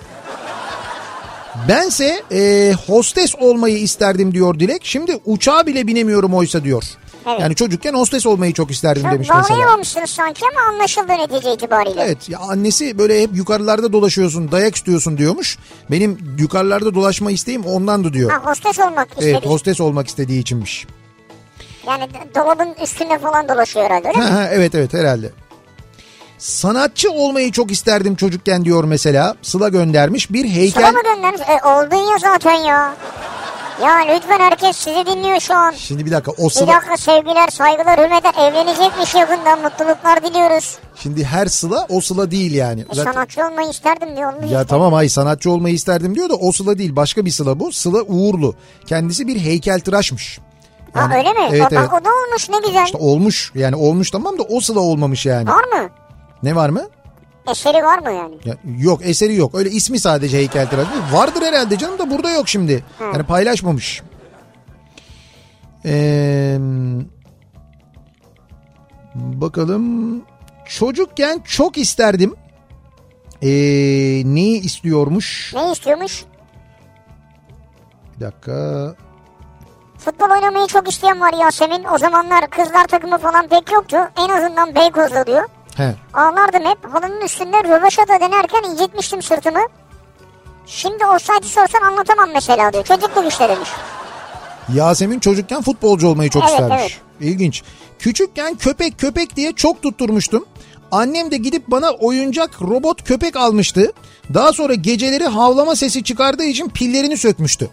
Bense e, hostes olmayı isterdim diyor Dilek. Şimdi uçağa bile binemiyorum oysa diyor. Evet. Yani çocukken hostes olmayı çok isterdim çok demiş mesela. Bağlayamamışsınız sanki ama anlaşıldı netice itibariyle. Evet ya, annesi böyle hep yukarılarda dolaşıyorsun, dayak istiyorsun diyormuş. Benim yukarılarda dolaşma isteğim ondandı diyor. Ha, hostes olmak istediği. Evet, hostes olmak istediği içinmiş. Yani dolabın üstünde falan dolaşıyor herhalde, öyle ha, mi? Ha, evet evet herhalde. Sanatçı olmayı çok isterdim çocukken diyor mesela. Sıla göndermiş bir heykel. Sıla mı göndermiş? E, oldun ya zaten ya. Ya lütfen, herkes sizi dinliyor şu an. Şimdi bir dakika o Sıla... Bir dakika, sevgiler, saygılar, hürmetler, evlenecekmiş yakında, mutluluklar diliyoruz. Şimdi her Sıla o Sıla değil yani. E, zaten... Sanatçı olmayı isterdim diyor. Ya işte. Tamam, ay sanatçı olmayı isterdim diyor da o Sıla değil, başka bir Sıla bu. Sıla Uğurlu. Kendisi bir heykeltıraşmış. Yani, ha öyle mi? Evet, o, evet. o da olmuş, ne güzel. İşte olmuş yani, olmuş tamam da o Sıla olmamış yani. Var mı? Ne var mı? Eseri var mı yani? Ya, yok, eseri yok, öyle ismi sadece heykeltıraş. Vardır herhalde canım da burada yok şimdi. Hı. Yani paylaşmamış. Ee, bakalım. Çocukken çok isterdim. Ee, neyi istiyormuş? Ne istiyormuş? Bir dakika. Futbol oynamayı çok isteyen var Yasemin. O zamanlar kızlar takımı falan pek yoktu. En azından Beykoz'da diyor. He. Ağlardım hep. Halının üstünde rövaşata denerken incitmiştim sırtımı. Şimdi olsaydı sorsan anlatamam mesela diyor. Çocukluk işte demiş. Yasemin çocukken futbolcu olmayı çok evet, istermiş. Evet. İlginç. Küçükken köpek köpek diye çok tutturmuştum. Annem de gidip bana oyuncak robot köpek almıştı. Daha sonra geceleri havlama sesi çıkardığı için pillerini sökmüştü.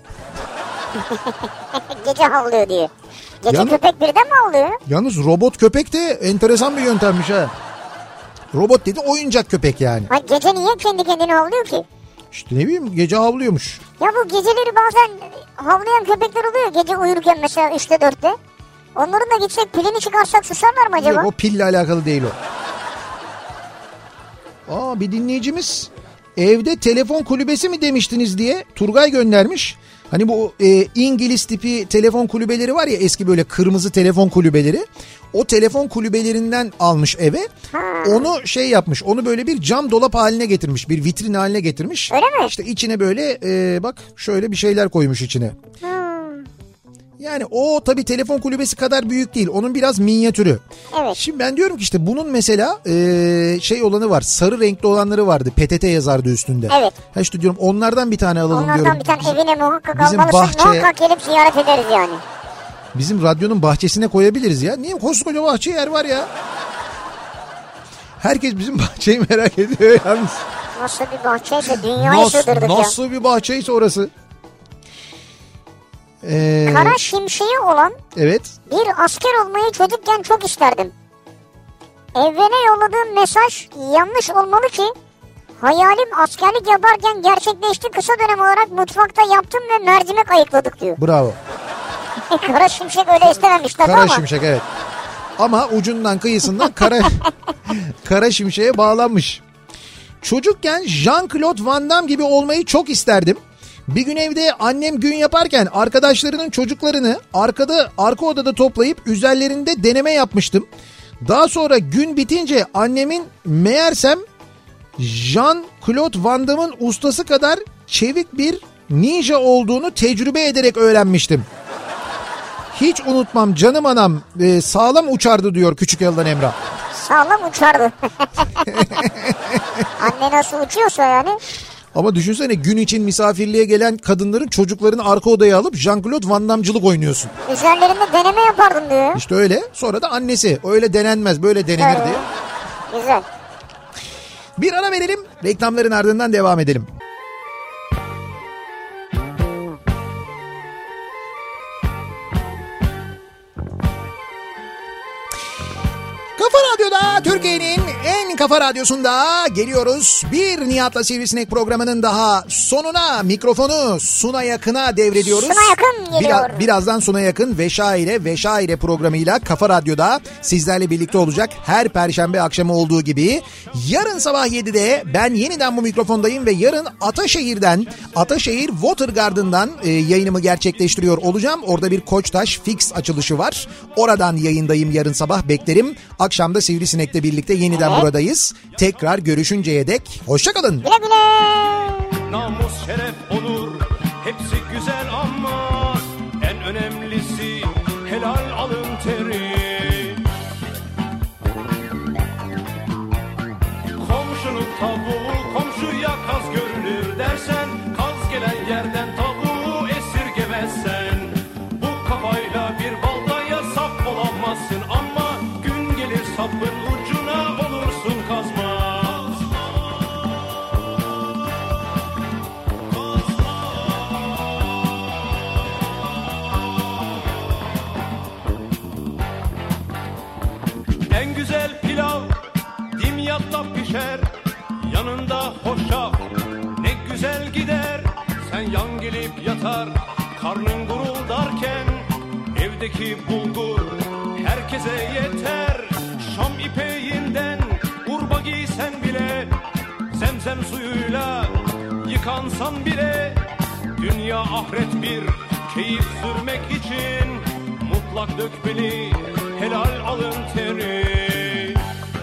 Gece havlıyor diye. Gece Yalnız, köpek birden mi havlıyor? Yalnız robot köpek de enteresan bir yöntemmiş ha. Robot dedi, oyuncak köpek yani. Ha, gece niye kendi kendine havlıyor ki? İşte ne bileyim, gece havlıyormuş. Ya bu geceleri bazen havlayan köpekler oluyor. Gece uyurken mesela üçte dörtte. Onların da gitsek pilini çıkarsak susarlar mı acaba? Yok, o pille alakalı değil o. Aa, bir dinleyicimiz evde telefon kulübesi mi demiştiniz diye Turgay göndermiş. Hani bu e, İngiliz tipi telefon kulübeleri var ya, eski böyle kırmızı telefon kulübeleri. O telefon kulübelerinden almış eve. Ha. Onu şey yapmış, onu böyle bir cam dolap haline getirmiş, bir vitrin haline getirmiş. Öyle mi? İşte içine böyle e, bak şöyle bir şeyler koymuş içine. Ha. Yani o tabii telefon kulübesi kadar büyük değil. Onun biraz minyatürü. Evet. Şimdi ben diyorum ki işte bunun mesela e, şey olanı var. Sarı renkli olanları vardı. P T T yazardı üstünde. Evet. Ha işte diyorum onlardan bir tane alalım onlardan diyorum. Onlardan bir tane evine muhakkak bizim almalısın. bahçe, muhakkak gelip ziyaret ederiz yani. Bizim radyonun bahçesine koyabiliriz ya. Niye koskoca bahçe yer var ya? Herkes bizim bahçeyi merak ediyor yalnız. Nasıl bir bahçeyse dünyayı sığdırdık ya. Nasıl bir bahçeyse orası. Ee, Kara şimşeği olan evet. bir asker olmayı çocukken çok isterdim. Evrene yolladığım mesaj yanlış olmalı ki hayalim askerlik yaparken gerçekleşti. Kısa dönem olarak mutfakta yaptım ve mercimek ayıkladık diyor. Bravo. Kara şimşek öyle istememiş tabii Kara ama. şimşek evet. Ama ucundan kıyısından kara kara şimşeğe bağlanmış. Çocukken Jean-Claude Van Damme gibi olmayı çok isterdim. Bir gün evde annem gün yaparken arkadaşlarının çocuklarını arkada arka odada toplayıp üzerlerinde deneme yapmıştım. Daha sonra gün bitince annemin meğersem Jean-Claude Van Damme'ın ustası kadar çevik bir ninja olduğunu tecrübe ederek öğrenmiştim. Hiç unutmam canım anam e, sağlam uçardı diyor Küçük Yıldan Emrah. Sağlam uçardı. Anne nasıl uçuyorsa yani. Ama düşünsene gün için misafirliğe gelen kadınların çocuklarını arka odaya alıp Jean-Claude Van Damme'cılık oynuyorsun. Üzerlerinde deneme yapardım diyor. İşte öyle. Sonra da annesi öyle denenmez böyle denenir öyle. diye. Güzel. Bir ara verelim. Reklamların ardından devam edelim. Kafa Radyo'da, Türkiye'nin en kafa radyosunda geliyoruz. Bir Nihat'la Sivrisinek programının daha sonuna mikrofonu Suna Yakın'a devrediyoruz. Suna Yakın geliyor. Biraz, birazdan Suna Yakın Veşaire Veşaire programıyla Kafa Radyo'da sizlerle birlikte olacak. Her Perşembe akşamı olduğu gibi. Yarın sabah yedide ben yeniden bu mikrofondayım ve yarın Ataşehir'den, Ataşehir Water Garden'dan e, yayınımı gerçekleştiriyor olacağım. Orada bir Koçtaş fix açılışı var. Oradan yayındayım yarın sabah, beklerim. Akşam da Sivrisinek'le birlikte yeniden evet. buradayız. Tekrar görüşünceye dek hoşçakalın. Güle güle. Namus, şeref, onur hepsi güzel ama en önemlisi helal alın teri. Komşunun tavuğu komşuya kaz görünür dersen, kaz gelen yerden tavuğu esirgemezsen, bu kafayla bir baltaya sap olamazsın ama sapın ucuna olursun kazma. En güzel pilav dimyatta pişer, yanında hoşaf ne güzel gider. Sen yan gelip yatar karnın guruldarken, evdeki bulgur herkese yeter. Şam ipeğinden urba giysen bile, zemzem suyuyla yıkansan bile, dünya ahiret bir keyif sürmek için mutlak dökmeli helal alın teri.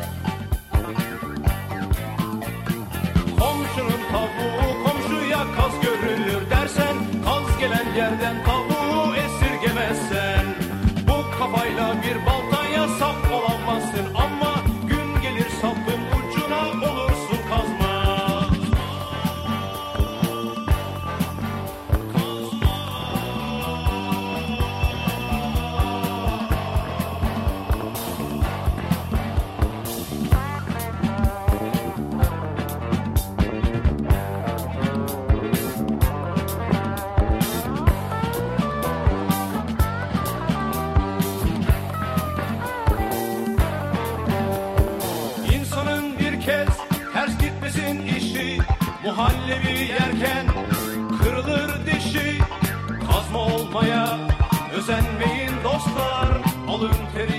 Komşunun tavuğu komşuya kaz görünür dersen, kaz gelen yerden tavuğu esirgemezsen, bu kafayla bir baltaya sap olamazsın ama gün gelir sapın ucuna olursun kazma. Muhallebi yerken kırılır dişi, kazma olmaya özenmeyin dostlar, alın teri